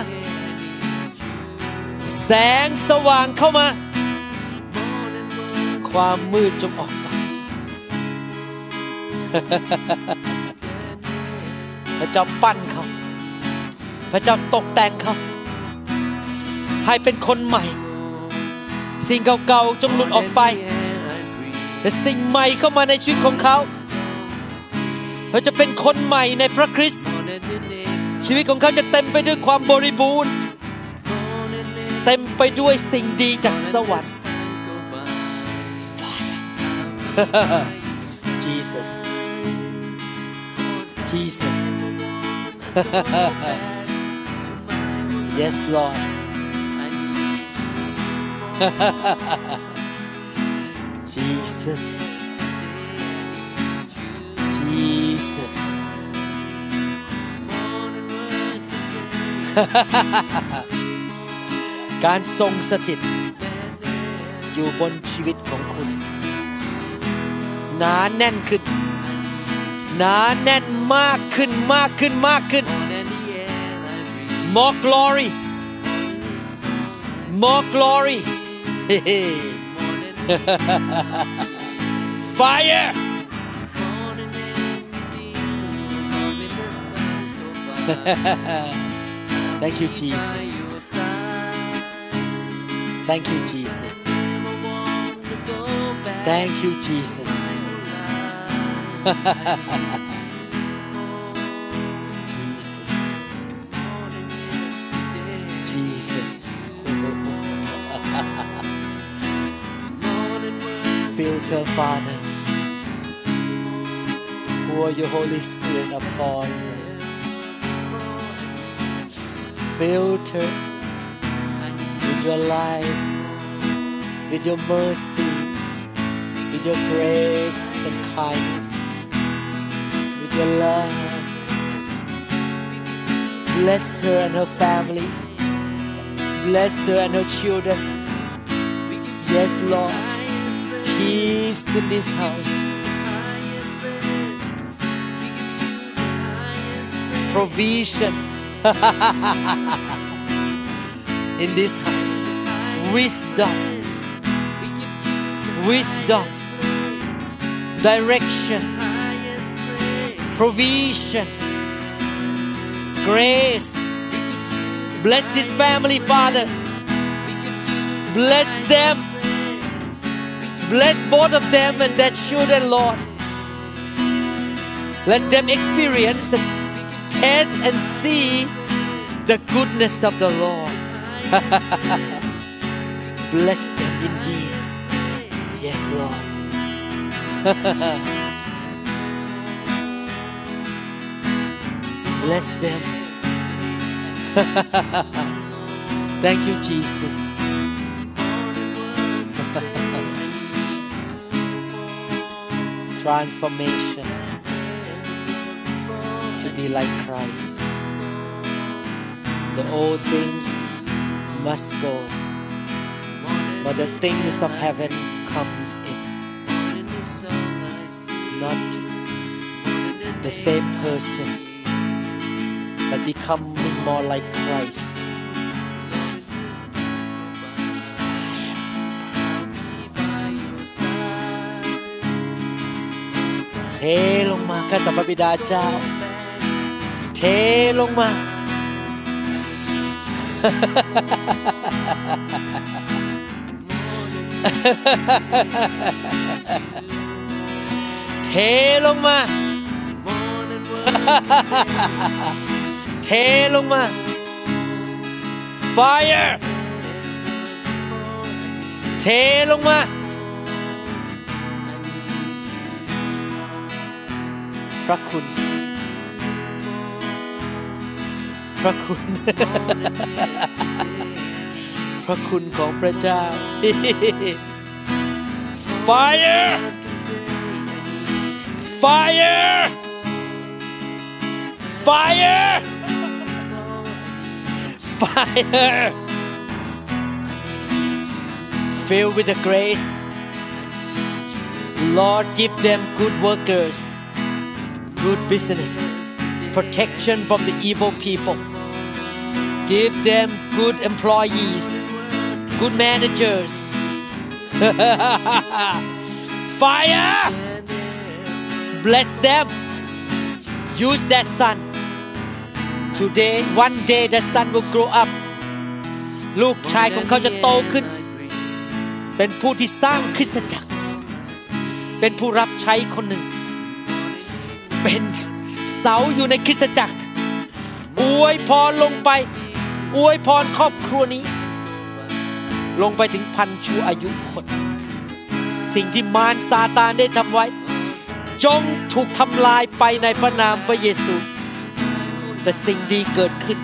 แสงสว่างเข้ามาความมืดจงออกไปพระเจ้าปั้นเขาพระเจ้าตกแต่งเขาให้เป็นคนใหม่สิ่งเก่าๆจงหลุดออกไปและสิ่งใหม่เข้ามาในชีวิตของเขาเขาจะเป็นคนใหม่ในพระคริสต์ชีวิตของเขาจะเต็มไปด้วยความบริบูรณ์เต็มไปด้วยสิ่งดีจากสวรรค์ Jesus Jesus Yes Lord Jesus Jesus การทรงสถิตอยู่บนชีวิตของคุณหนาแน่นขึ้นหนาแน่นมากขึ้นมากขึ้นมากขึ้น More glory More glory Fire Thank you Jesus Thank you Jesus Thank you Jesus Jesus Filter Father pour your Holy Spirit upon me filter with your life with your mercy with your grace and kindness with your love bless her and her family bless her and her children yes Lord peace in this house provision in this house wisdom direction provision grace bless this family Father bless them bless both of them and their children Lord let them experience and taste and see the goodness of the Lord bless them indeed yes Lord bless them thank you Jesus transformation to be like Christ the old things must go but the things of heaven comes in not the same person but becoming more like Christ เทลงมาข้าแต่พระบิดาเจ้าเทลงมาเทลงมาเทลงมา Fire เทลงมาพระคุณพระคุณพระคุณของพระเจ้า Fire Fire Fire Fire Fill with the grace Lord give them good workers good business protection from the evil people give them good employees good managers Fire bless them use that son today one day the son will grow up ลูกชายของเขาจะโตขึ้นเป็นผู้ที่สร้างคริสตจักรเป็นผู้รับใช้คนหนึ่งเป็นเสาอยู่ในคริสตจักรอวยพรลงไปอวยพรครอบครัวนี้ลงไปถึงพันชั่วอายุคนสิ่งที่มารซาตานได้ทำไว้จงถูกทำลายไปในพระนามพระเยซูแต่สิ่งดีเกิดขึ้น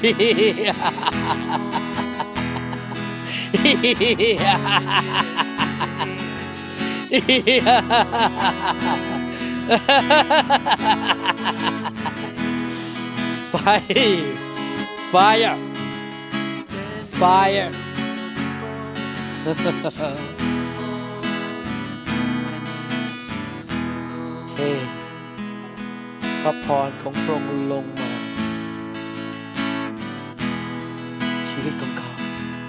Fire Fireเทพระพรของพระองค์ลงมาชีวิตของเขา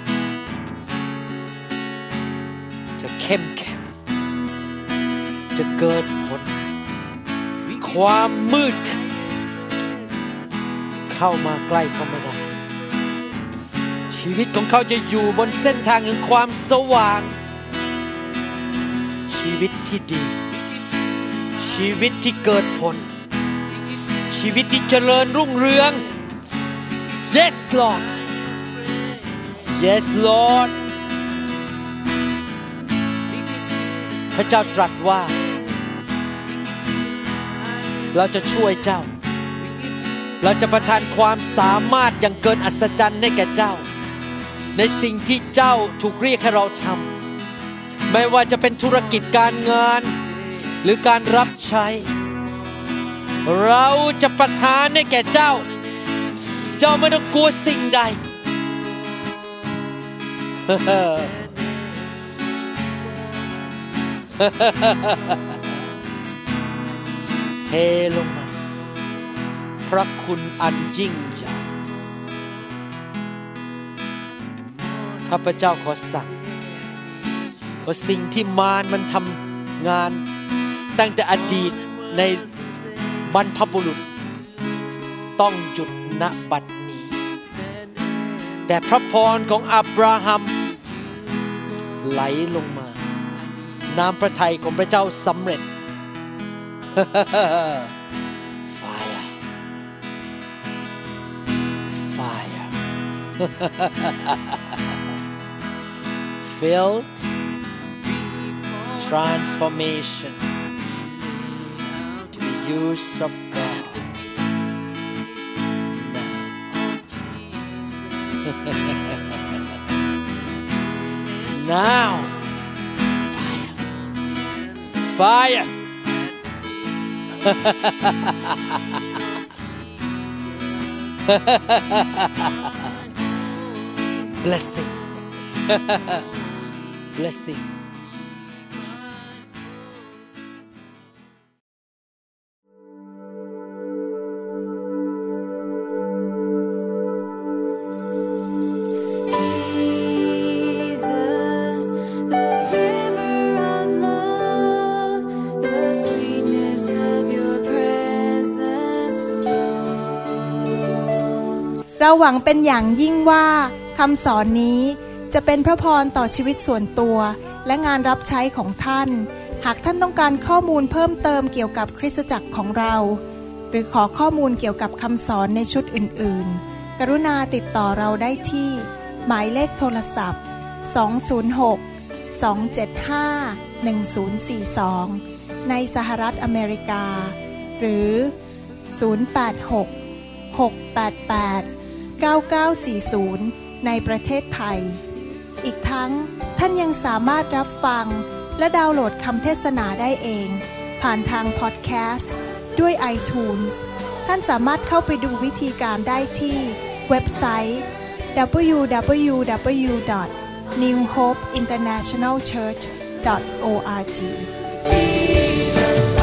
จะเข้มแข็งจะเกิดผลความมืดเข้ามาใกล้เขาไม่ได้ชีวิตของเขาจะอยู่บนเส้นทางแห่งความสว่างชีวิตที่ดีชีวิตที่เกิดผลชีวิตที่เจริญรุ่งเรือง Yes Lord Yes Lord พระเจ้าตรัสว่าเราจะช่วยเจ้าเราจะประทานความสามารถอย่างเกินอัศจรรย์ให้แก่เจ้าในสิ่งที่เจ้าถูกเรียกให้เราทำไม่ว่าจะเป็นธุรกิจการงานหรือการรับใช้เราจะประทานให้แก่เจ้าเจ้าไม่ต้องกลัวสิ่งใด เทลงมาพระคุณอันยิ่งใหญ่ข้าพเจ้าขอสั่งว่าสิ่งที่มารมันทำงานตั้งแต่อดีตในบรรพบุรุษต้องหยุดณบัดนี้แต่พระพรของอับราฮัมไหลลงมาน้ำพระทัยของพระเจ้าสำเร็จ Fire Fire Filled Transformation to the use of God now Fire Blessing Blessing Jesus, the river of love, the sweetness of เราหวังเป็นอย่างยิ่งว่าคำสอนนี้จะเป็นพระพรต่อชีวิตส่วนตัวและงานรับใช้ของท่านหากท่านต้องการข้อมูลเพิ่มเติมเกี่ยวกับคริสตจักรของเราหรือขอข้อมูลเกี่ยวกับคำสอนในชุดอื่นๆกรุณาติดต่อเราได้ที่หมายเลขโทรศัพท์206-275-1042ในสหรัฐอเมริกาหรือ086-688-9940ในประเทศไทยอีกทั้งท่านยังสามารถรับฟังและดาวน์โหลดคำเทศนาได้เองผ่านทางพอดแคสต์ด้วย iTunes ท่านสามารถเข้าไปดูวิธีการได้ที่เว็บไซต์ www.newhopeinternationalchurch.org